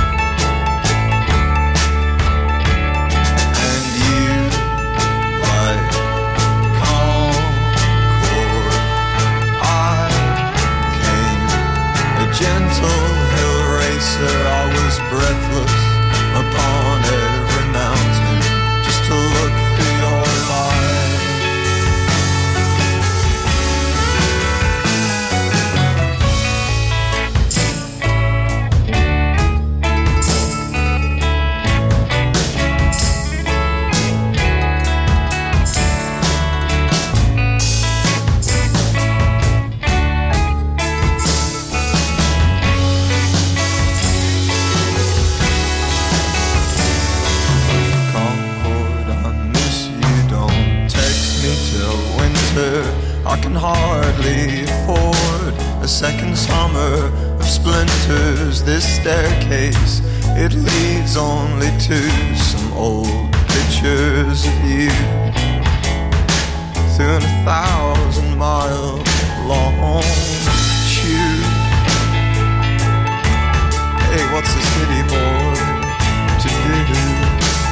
And you, like Concord, I came, a gentle hill racer. I was breathless upon every mountain just to look through your life. I can hardly afford a second summer of splinters. This staircase, it leads only to some old pictures of you through a thousand mile long tube. Hey, what's a city boy to do?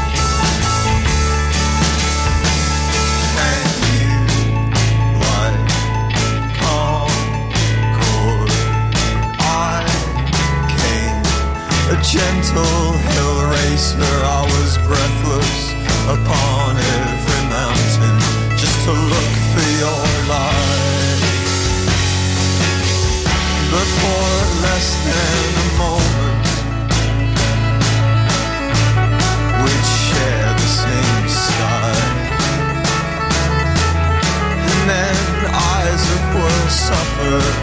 A gentle hill racer, I was breathless upon every mountain just to look for your light. But for less than a moment we'd share the same sky, and then Isaac will suffer.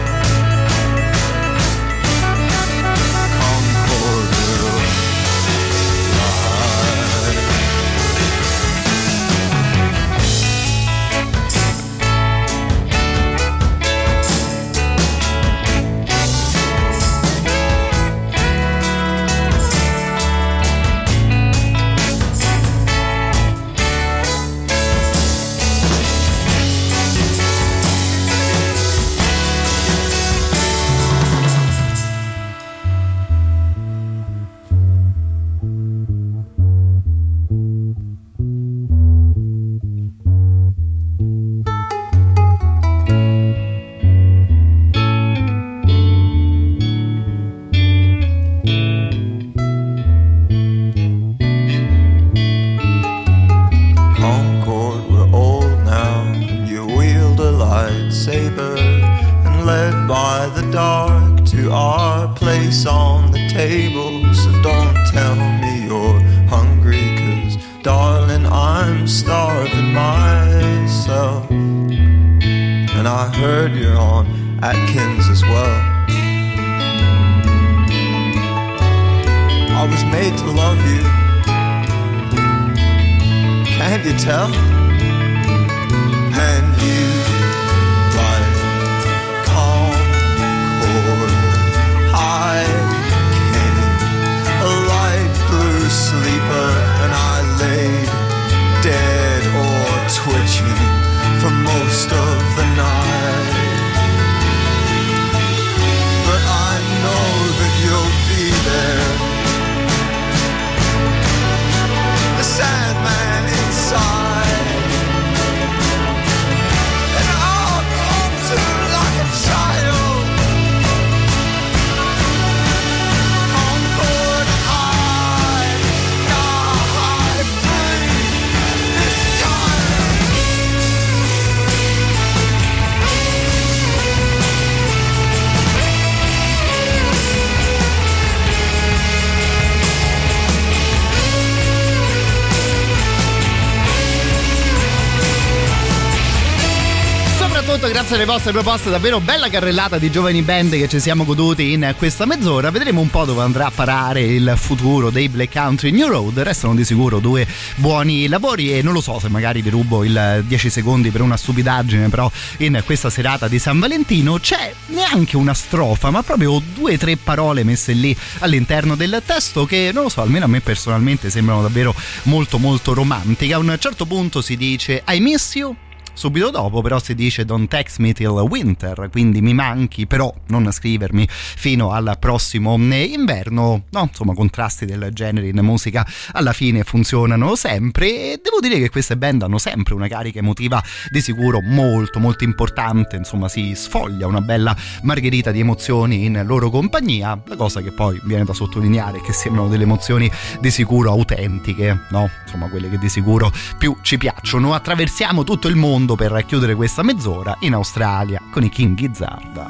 soprattutto grazie alle vostre proposte, davvero bella carrellata di giovani band che ci siamo goduti in questa mezz'ora. Vedremo un po' dove andrà a parare il futuro dei Black Country New Road. Restano di sicuro due buoni lavori e non lo so se magari vi rubo il dieci secondi per una stupidaggine, però in questa serata di San Valentino c'è neanche una strofa, ma proprio due o tre parole messe lì all'interno del testo che, non lo so, almeno a me personalmente sembrano davvero molto molto romantiche. A un certo punto si dice I miss you. Subito dopo però si dice don't text me till winter, quindi mi manchi, però non scrivermi fino al prossimo inverno. No, insomma, contrasti del genere in musica alla fine funzionano sempre e devo dire che queste band hanno sempre una carica emotiva di sicuro molto molto importante. Insomma, si sfoglia una bella margherita di emozioni in loro compagnia. La cosa che poi viene da sottolineare è che sembrano delle emozioni di sicuro autentiche, no? Insomma, quelle che di sicuro più ci piacciono. Attraversiamo tutto il mondo per chiudere questa mezz'ora in Australia con i King Gizzard.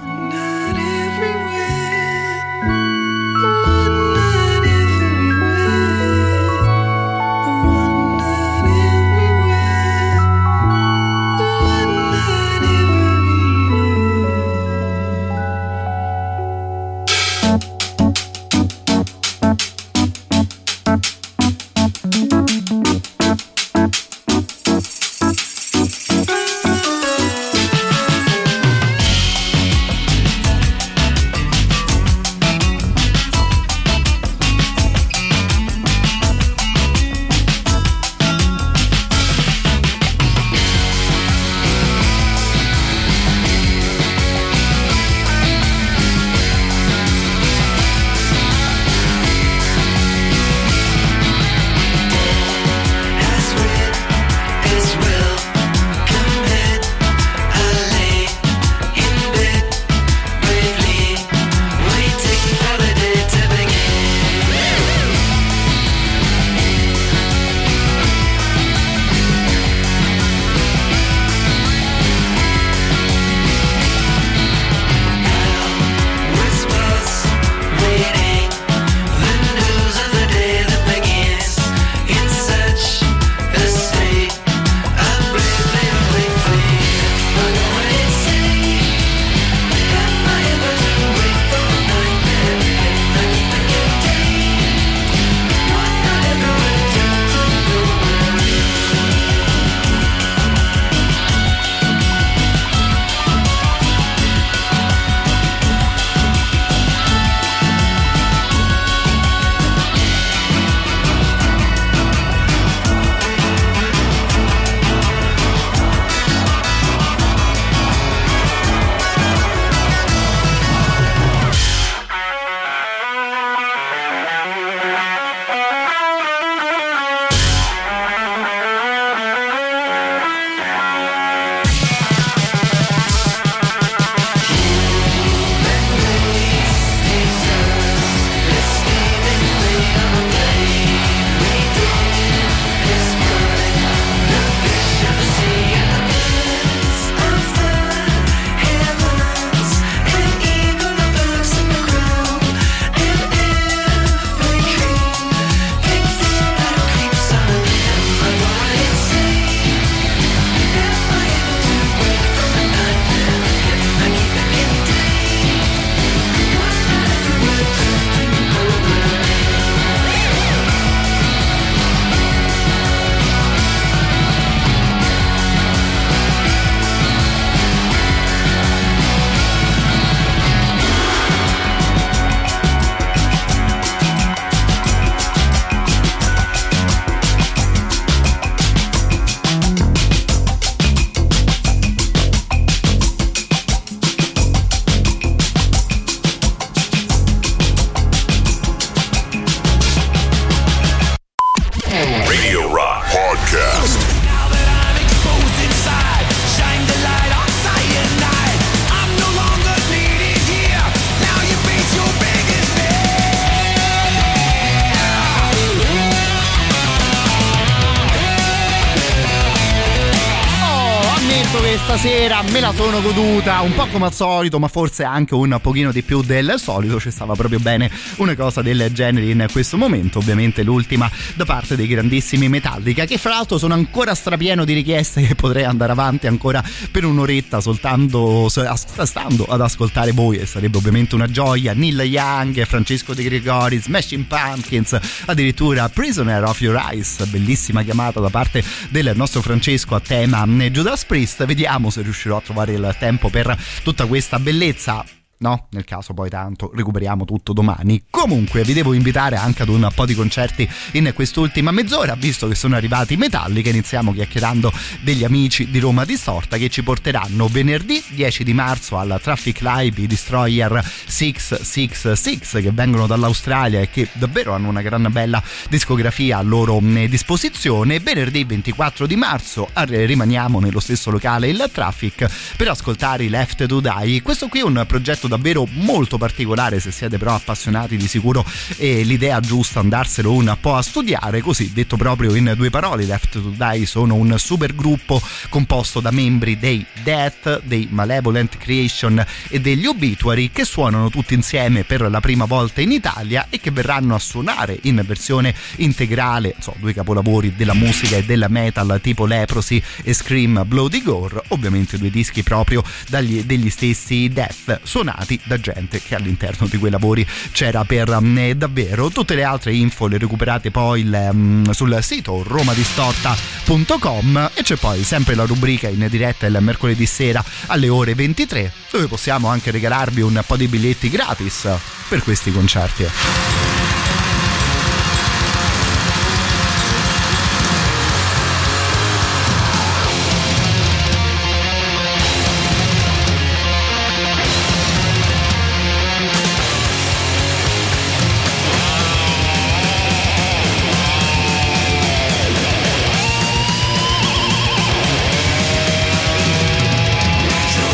ammetto che stasera me la sono goduta un po' come al solito, ma forse anche un pochino di più del solito. Ci stava proprio bene una cosa del genere in questo momento. Ovviamente l'ultima da parte dei grandissimi Metallica, che fra l'altro sono ancora strapieno di richieste, che potrei andare avanti ancora per un'oretta soltanto stando ad ascoltare voi, e sarebbe ovviamente una gioia. Neil Young, Francesco De Gregori, Smashing Pumpkins, addirittura Prisoner of Your Eyes, bellissima chiamata da parte del nostro Francesco a tema Judas Priest. Vediamo se riuscirò a trovare il tempo per tutta questa bellezza. No, nel caso poi tanto recuperiamo tutto domani. Comunque vi devo invitare anche ad un po' di concerti in quest'ultima mezz'ora, visto che sono arrivati i Metallica. Iniziamo chiacchierando degli amici di Roma Distorta, che ci porteranno venerdì dieci di marzo al Traffic Live i Destroyer sei sei sei, che vengono dall'Australia e che davvero hanno una gran bella discografia a loro disposizione. Venerdì ventiquattro di marzo rimaniamo nello stesso locale, il Traffic, per ascoltare i Left to Die. Questo qui è un progetto davvero molto particolare. Se siete però appassionati, di sicuro è l'idea giusta andarselo un po' a studiare. Così, detto proprio in due parole, i Left to Die sono un super gruppo composto da membri dei Death, dei Malevolent Creation e degli Obituary, che suonano tutti insieme per la prima volta in Italia e che verranno a suonare in versione integrale, so, due capolavori della musica e della metal tipo Leprosy e Scream Bloody Gore, ovviamente due dischi proprio dagli, degli stessi Death, suonati da gente che all'interno di quei lavori c'era per um, davvero. Tutte le altre info le recuperate poi il, um, sul sito romadistorta punto com, e c'è poi sempre la rubrica in diretta il mercoledì sera alle ore ventitré, dove possiamo anche regalarvi un po' di biglietti gratis per questi concerti.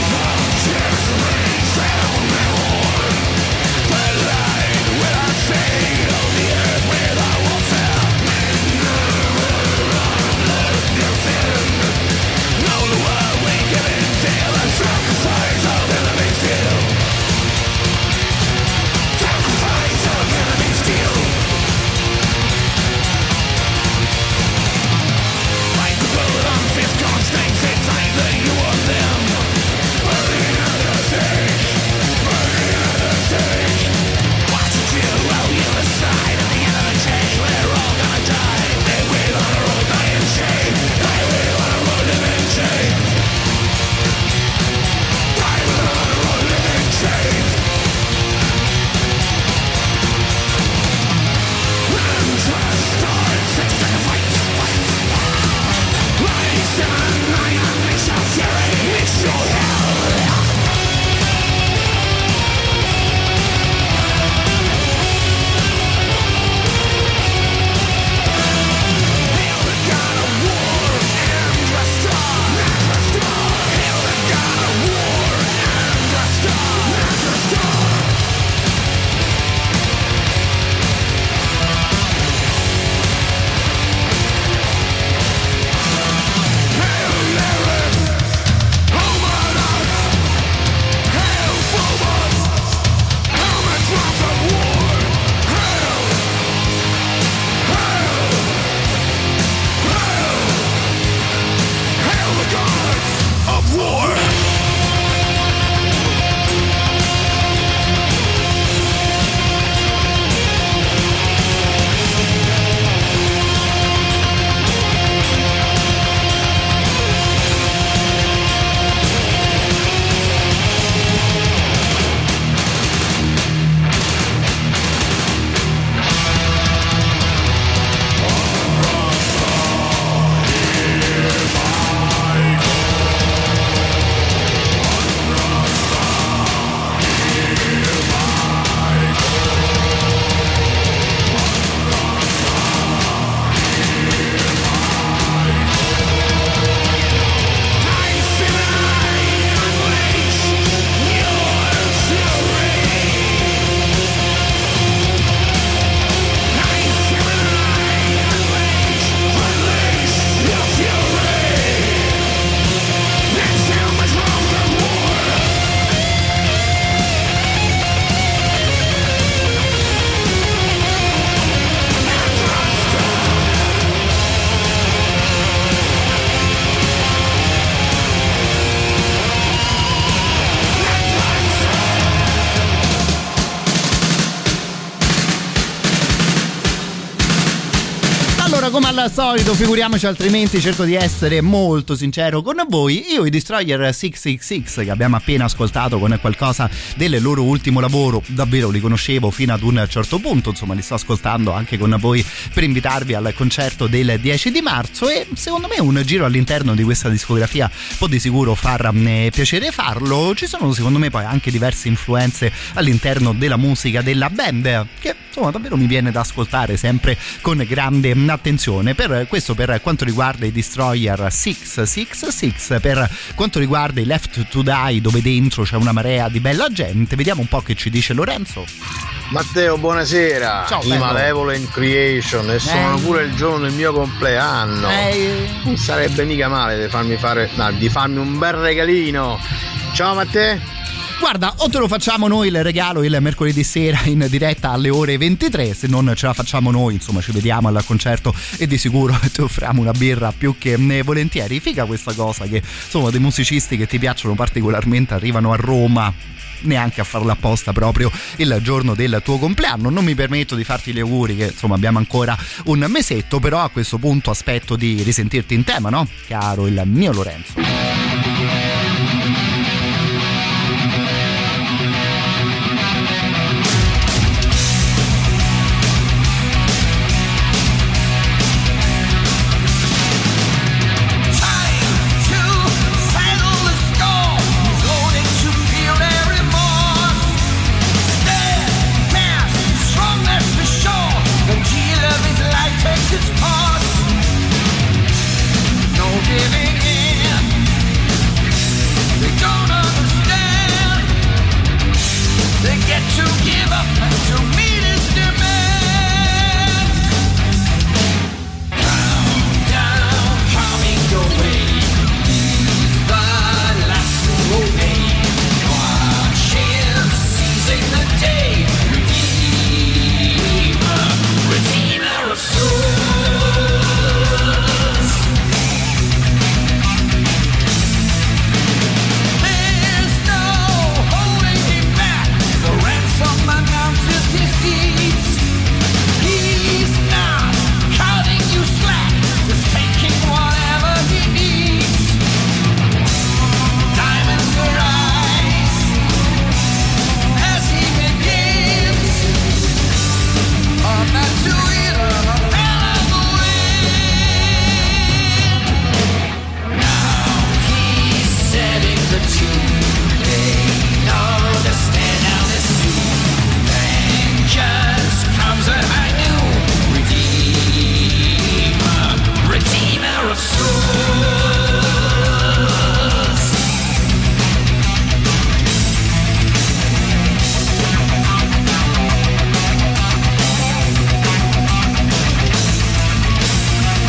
Say al solito, figuriamoci altrimenti, cerco di essere molto sincero con voi. Io i Destroyer sei sei sei che abbiamo appena ascoltato con qualcosa del loro ultimo lavoro, davvero li conoscevo fino ad un certo punto, insomma li sto ascoltando anche con voi per invitarvi al concerto del dieci di marzo e secondo me un giro all'interno di questa discografia può di sicuro far eh, piacere farlo. Ci sono secondo me poi anche diverse influenze all'interno della musica della band che insomma davvero mi viene da ascoltare sempre con grande attenzione. Per questo per quanto riguarda i Destroyer sei sei sei, per quanto riguarda i Left to Die dove dentro c'è una marea di bella gente, vediamo un po' che ci dice Lorenzo. Matteo, buonasera. Ciao, I bello. Malevolent Creation e sono Eh. pure il giorno del mio compleanno. Eh. Non sarebbe mica male di farmi fare no, di farmi un bel regalino. Ciao Matteo. Guarda, o te lo facciamo noi il regalo il mercoledì sera in diretta alle ore ventitré, se non ce la facciamo noi, insomma ci vediamo al concerto e di sicuro ti offriamo una birra più che volentieri. Figa questa cosa che insomma dei musicisti che ti piacciono particolarmente arrivano a Roma neanche a farla apposta proprio il giorno del tuo compleanno. Non mi permetto di farti gli auguri che insomma abbiamo ancora un mesetto, però a questo punto aspetto di risentirti in tema, no? Caro il mio Lorenzo. Giving in, they don't understand. They get to give up to meet his demands. Down, down, coming your way. He's the last to obey. Watch him seizing the day. Redeemer, Redeemer of souls.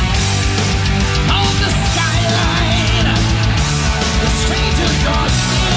On the skyline, the stranger draws near.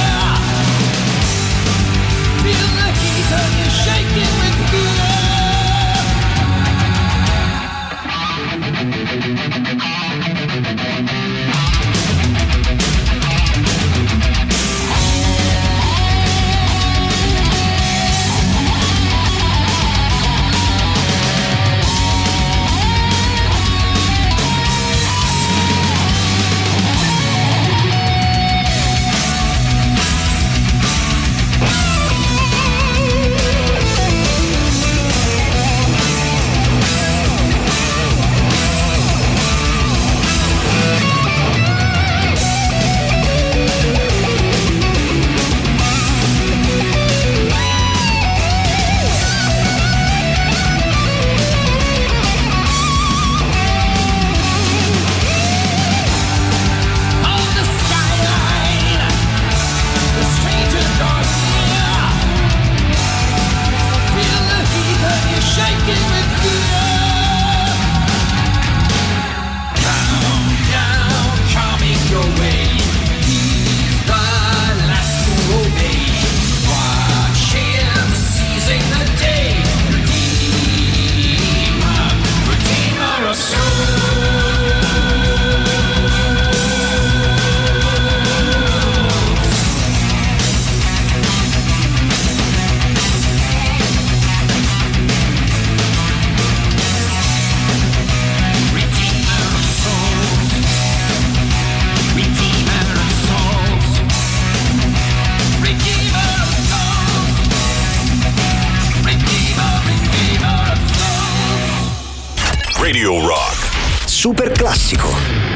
Radio Rock. Super classico.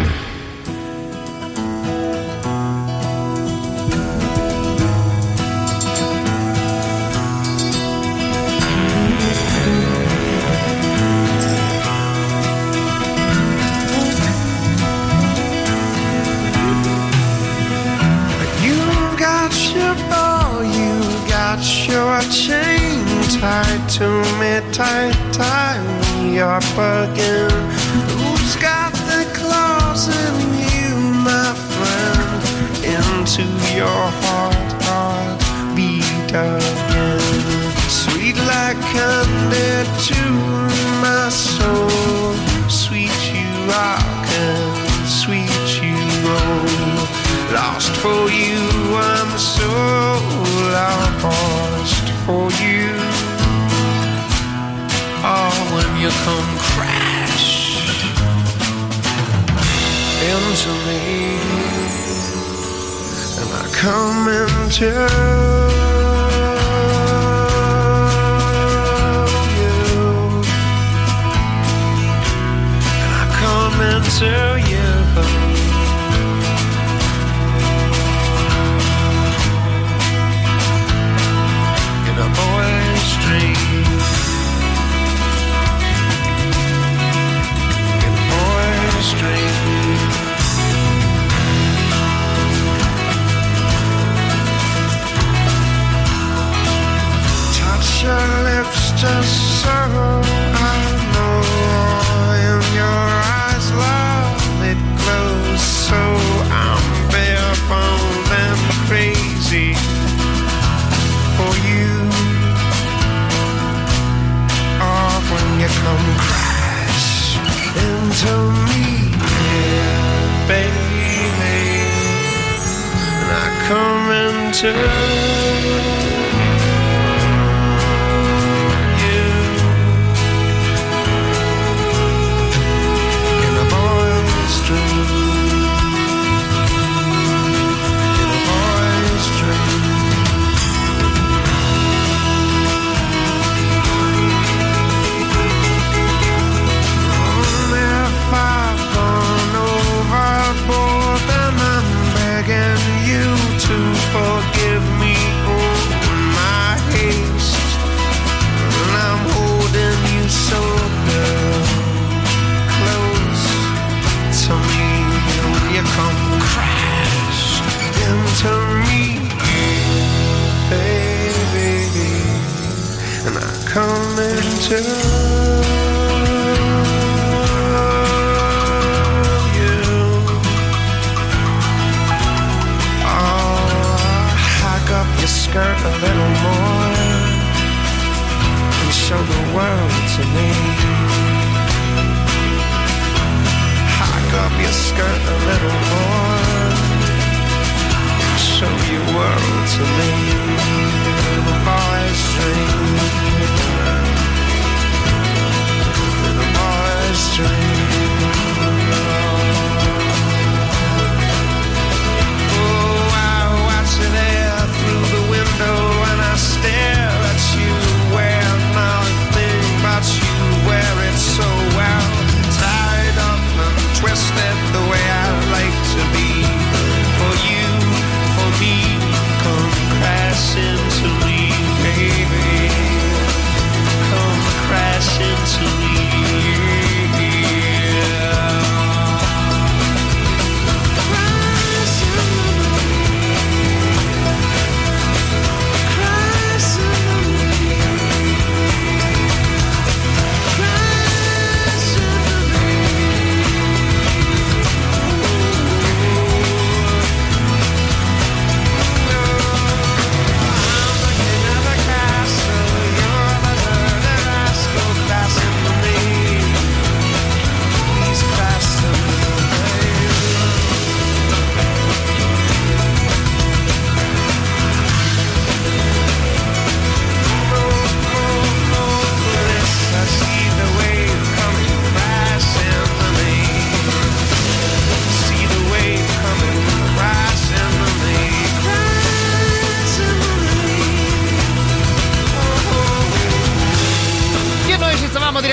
Your chain tied to me, tight, tie me up again. Who's got the claws in you, my friend? Into your heart, heart beat again. Sweet like candy to my soul. Sweet you rock and sweet you roll. Lost for you, I'm so lost for you. Oh, when you come crash into me, and I come into you, and I come into you. Your lips just so I know in your eyes, love, it glows so I'm bare boned and crazy for you. Oh, when you come crash into me, yeah, baby, and I come into forgive me all my haste, and I'm holding you so, girl, close to me. When you come crash into me, baby, and I come into your skirt a little more and show the world to me. Hike up your skirt a little more and show your world to me. The boys dream, the boys dream. And I stare at you, where nothing but you, where it's so well tied up and twisted the way I like to be. For you, for me, come crash into me, baby. Come crash into me.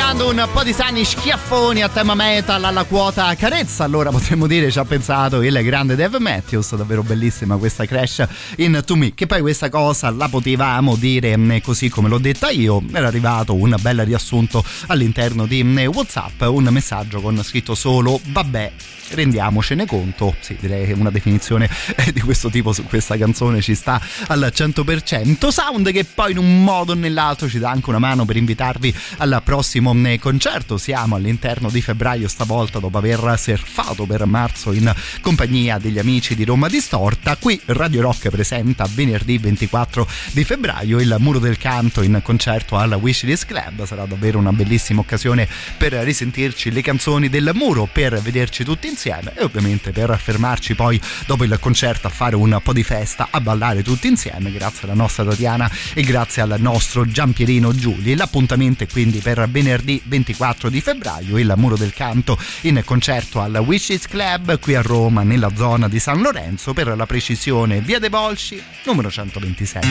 mandando un po' di sani schiaffoni a tema metal alla quota carezza, allora potremmo dire ci ha pensato il grande Dave Matthews. Davvero bellissima questa Crash in To Me, che poi questa cosa la potevamo dire così come l'ho detta io. Era arrivato un bel riassunto all'interno di WhatsApp, un messaggio con scritto solo vabbè, rendiamocene conto. Sì, direi che una definizione di questo tipo su questa canzone ci sta al cento per cento. Sound che poi in un modo o nell'altro ci dà anche una mano per invitarvi al prossimo concerto. Siamo all'interno di febbraio stavolta, dopo aver surfato per marzo in compagnia degli amici di Roma Distorta. Qui Radio Rock presenta venerdì ventiquattro di febbraio il Muro del Canto in concerto al Wishlist Club. Sarà davvero una bellissima occasione per risentirci le canzoni del Muro, per vederci tutti insieme e ovviamente per fermarci poi dopo il concerto a fare un po' di festa, a ballare tutti insieme, grazie alla nostra Tatiana e grazie al nostro Giampierino Giuli. L'appuntamento è quindi per venerdì ventiquattro di febbraio, il Muro del Canto in concerto al Wishes Club qui a Roma, nella zona di San Lorenzo, per la precisione via dei Volsci numero centoventisei.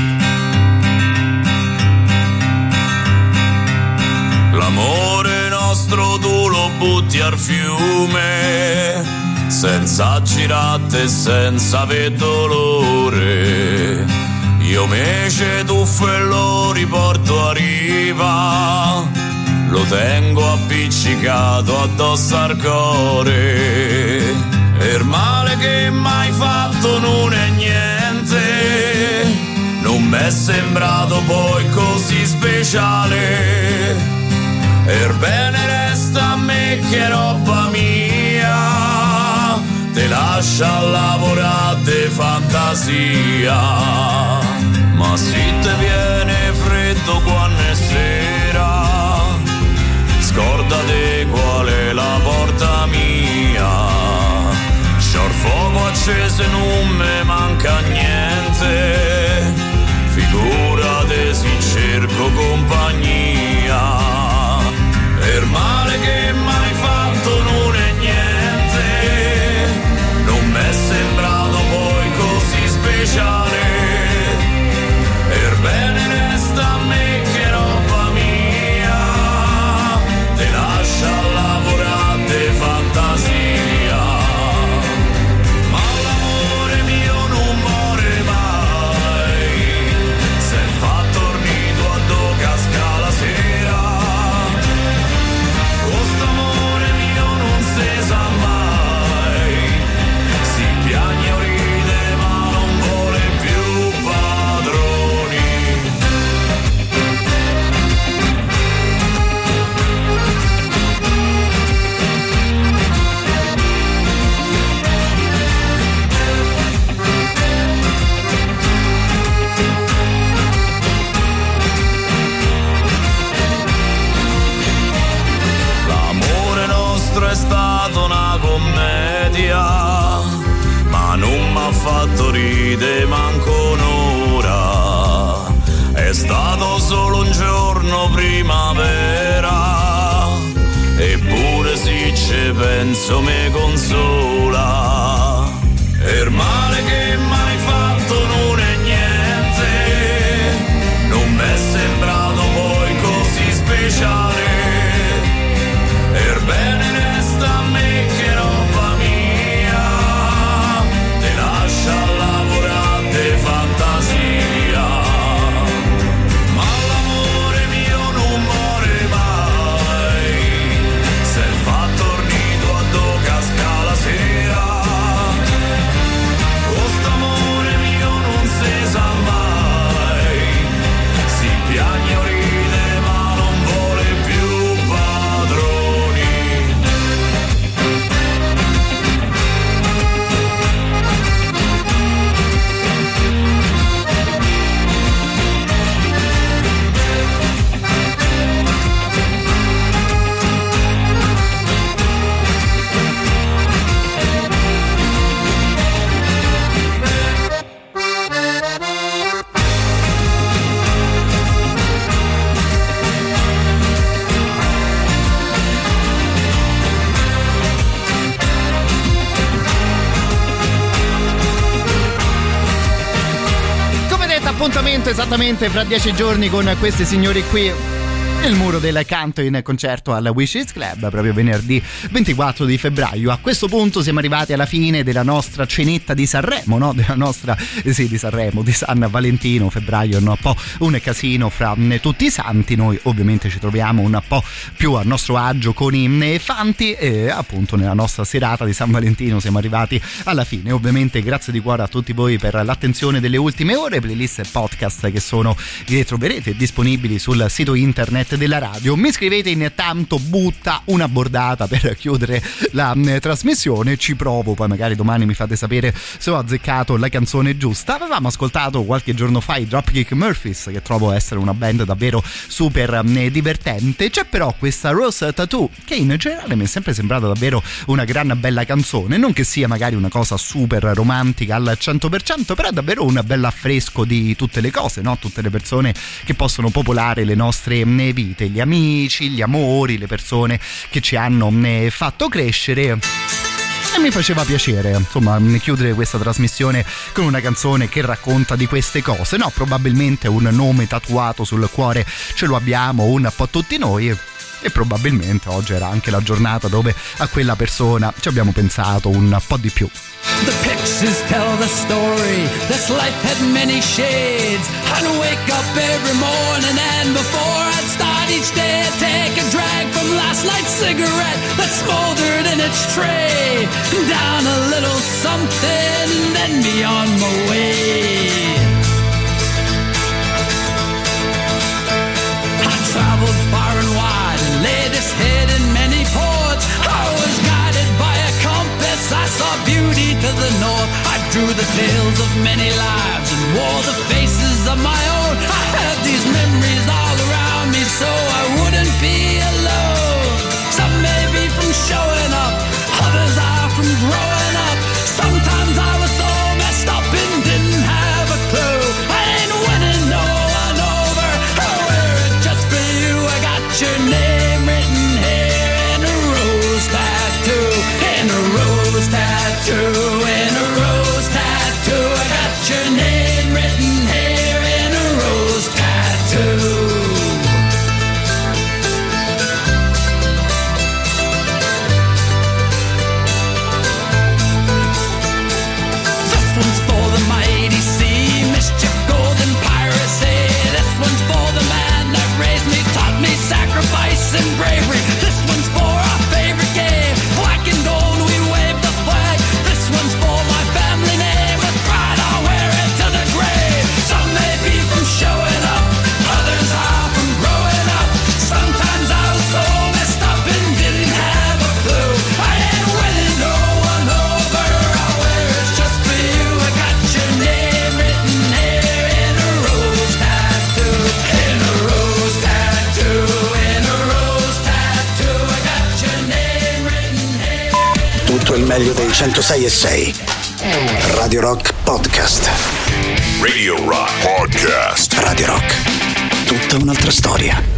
L'amore nostro tu lo butti al fiume, senza girate e senza aver dolore. Io me ce tuffo e lo riporto a riva, lo tengo appiccicato addosso al cuore. E il male che m'hai fatto non è niente, non m'è sembrato poi così speciale. E il bene resta a me che è roba mia, te lascia lavorare de fantasia. Ma se te viene freddo quando è sera, scordate qual è la porta mia. C'ho il fuoco acceso e non me manca niente, figurate se cerco compagnia. E il male che m'hai fatto non è niente, non m'è sembrato poi così speciale. E il bene resta a me che è roba mia, te lascia lavorare de fantasia. Ma l'amore mio non muore mai, se fa tornito a do casca la sera. Questo amore mio non si sa mai, si piagne o ride ma non vuole più padroni. L'amore nostro è stato una commedia, ma non m'ha fatto ridere manco un'ora. È stato solo un giorno primavera, eppure se ci penso mi consola. E il male che m'hai fatto non è niente, non m'è sembrato poi così speciale. E il bene resta a me che è roba mia, te lascia lavorare de fantasia. Ma l'amore mio non muore mai, se fa tornito a do casca la sera. Questo amore mio non si sa mai, si piagne o ride ma non vuole più padroni. Come detto, appuntamento esattamente fra dieci giorni con questi signori qui. il muro del canto in concerto al Wishes Club proprio venerdì ventiquattro di febbraio. A questo punto siamo arrivati alla fine della nostra cenetta di Sanremo, no? Della nostra, eh sì, di Sanremo, di San Valentino. Febbraio è un po' un casino fra tutti i santi. Noi ovviamente ci troviamo un po' più a nostro agio con i fanti e appunto nella nostra serata di San Valentino siamo arrivati alla fine. Ovviamente grazie di cuore a tutti voi per l'attenzione delle ultime ore. Playlist e podcast che sono, li troverete disponibili sul sito internet della radio. Mi scrivete intanto, butta una bordata per chiudere la mh, trasmissione, ci provo, poi magari domani mi fate sapere se ho azzeccato la canzone giusta. Avevamo ascoltato qualche giorno fa i Dropkick Murphys, che trovo essere una band davvero super mh, divertente. C'è però questa Rose Tattoo che in generale mi è sempre sembrata davvero una gran bella canzone, non che sia magari una cosa super romantica al cento per cento, però è davvero un bel affresco di tutte le cose, no? Tutte le persone che possono popolare le nostre mh, vite, gli amici, gli amori, le persone che ci hanno mh, fatto crescere. E mi faceva piacere, insomma, chiudere questa trasmissione con una canzone che racconta di queste cose, no? Probabilmente un nome tatuato sul cuore ce lo abbiamo un po' tutti noi. E probabilmente oggi era anche la giornata dove a quella persona ci abbiamo pensato un po' di più. The pictures tell the story. This life had many shades. I'd wake up every morning and before I'd start each day I'd take a drag from last night's cigarette that smoldered in its tray. Down a little something and then be on my way. I traveled far and wide and laid this head in many ports. I was guided by a compass. I saw beauty to the north. I drew the tales of many lives and wore the faces of my own. I had these memories all around me so I wouldn't be alone. Some may be from showing up, others are from growing up. Sometimes I was so messed up and didn't have a clue. I ain't winning no one over. I wear it just for you. I got your name written here in a rose tattoo. In a rose tattoo. In a rose tattoo. I got your name written here in a rose tattoo. Sacrifice and bravery. This one's for our favorite game. Black and gold, we wave the flag. This one's for my family name. With pride, I'll wear it to the grave. Some may be from showing up, others are from growing up. Sometimes I was so messed up and didn't have a clue. I ain't winning no one over. I'll wear it just for you. I got your name written here in a rose tattoo. In a rose tattoo. Tutto il meglio dei centosei e sei. Radio Rock Podcast. Radio Rock Podcast. Radio Rock. Tutta un'altra storia.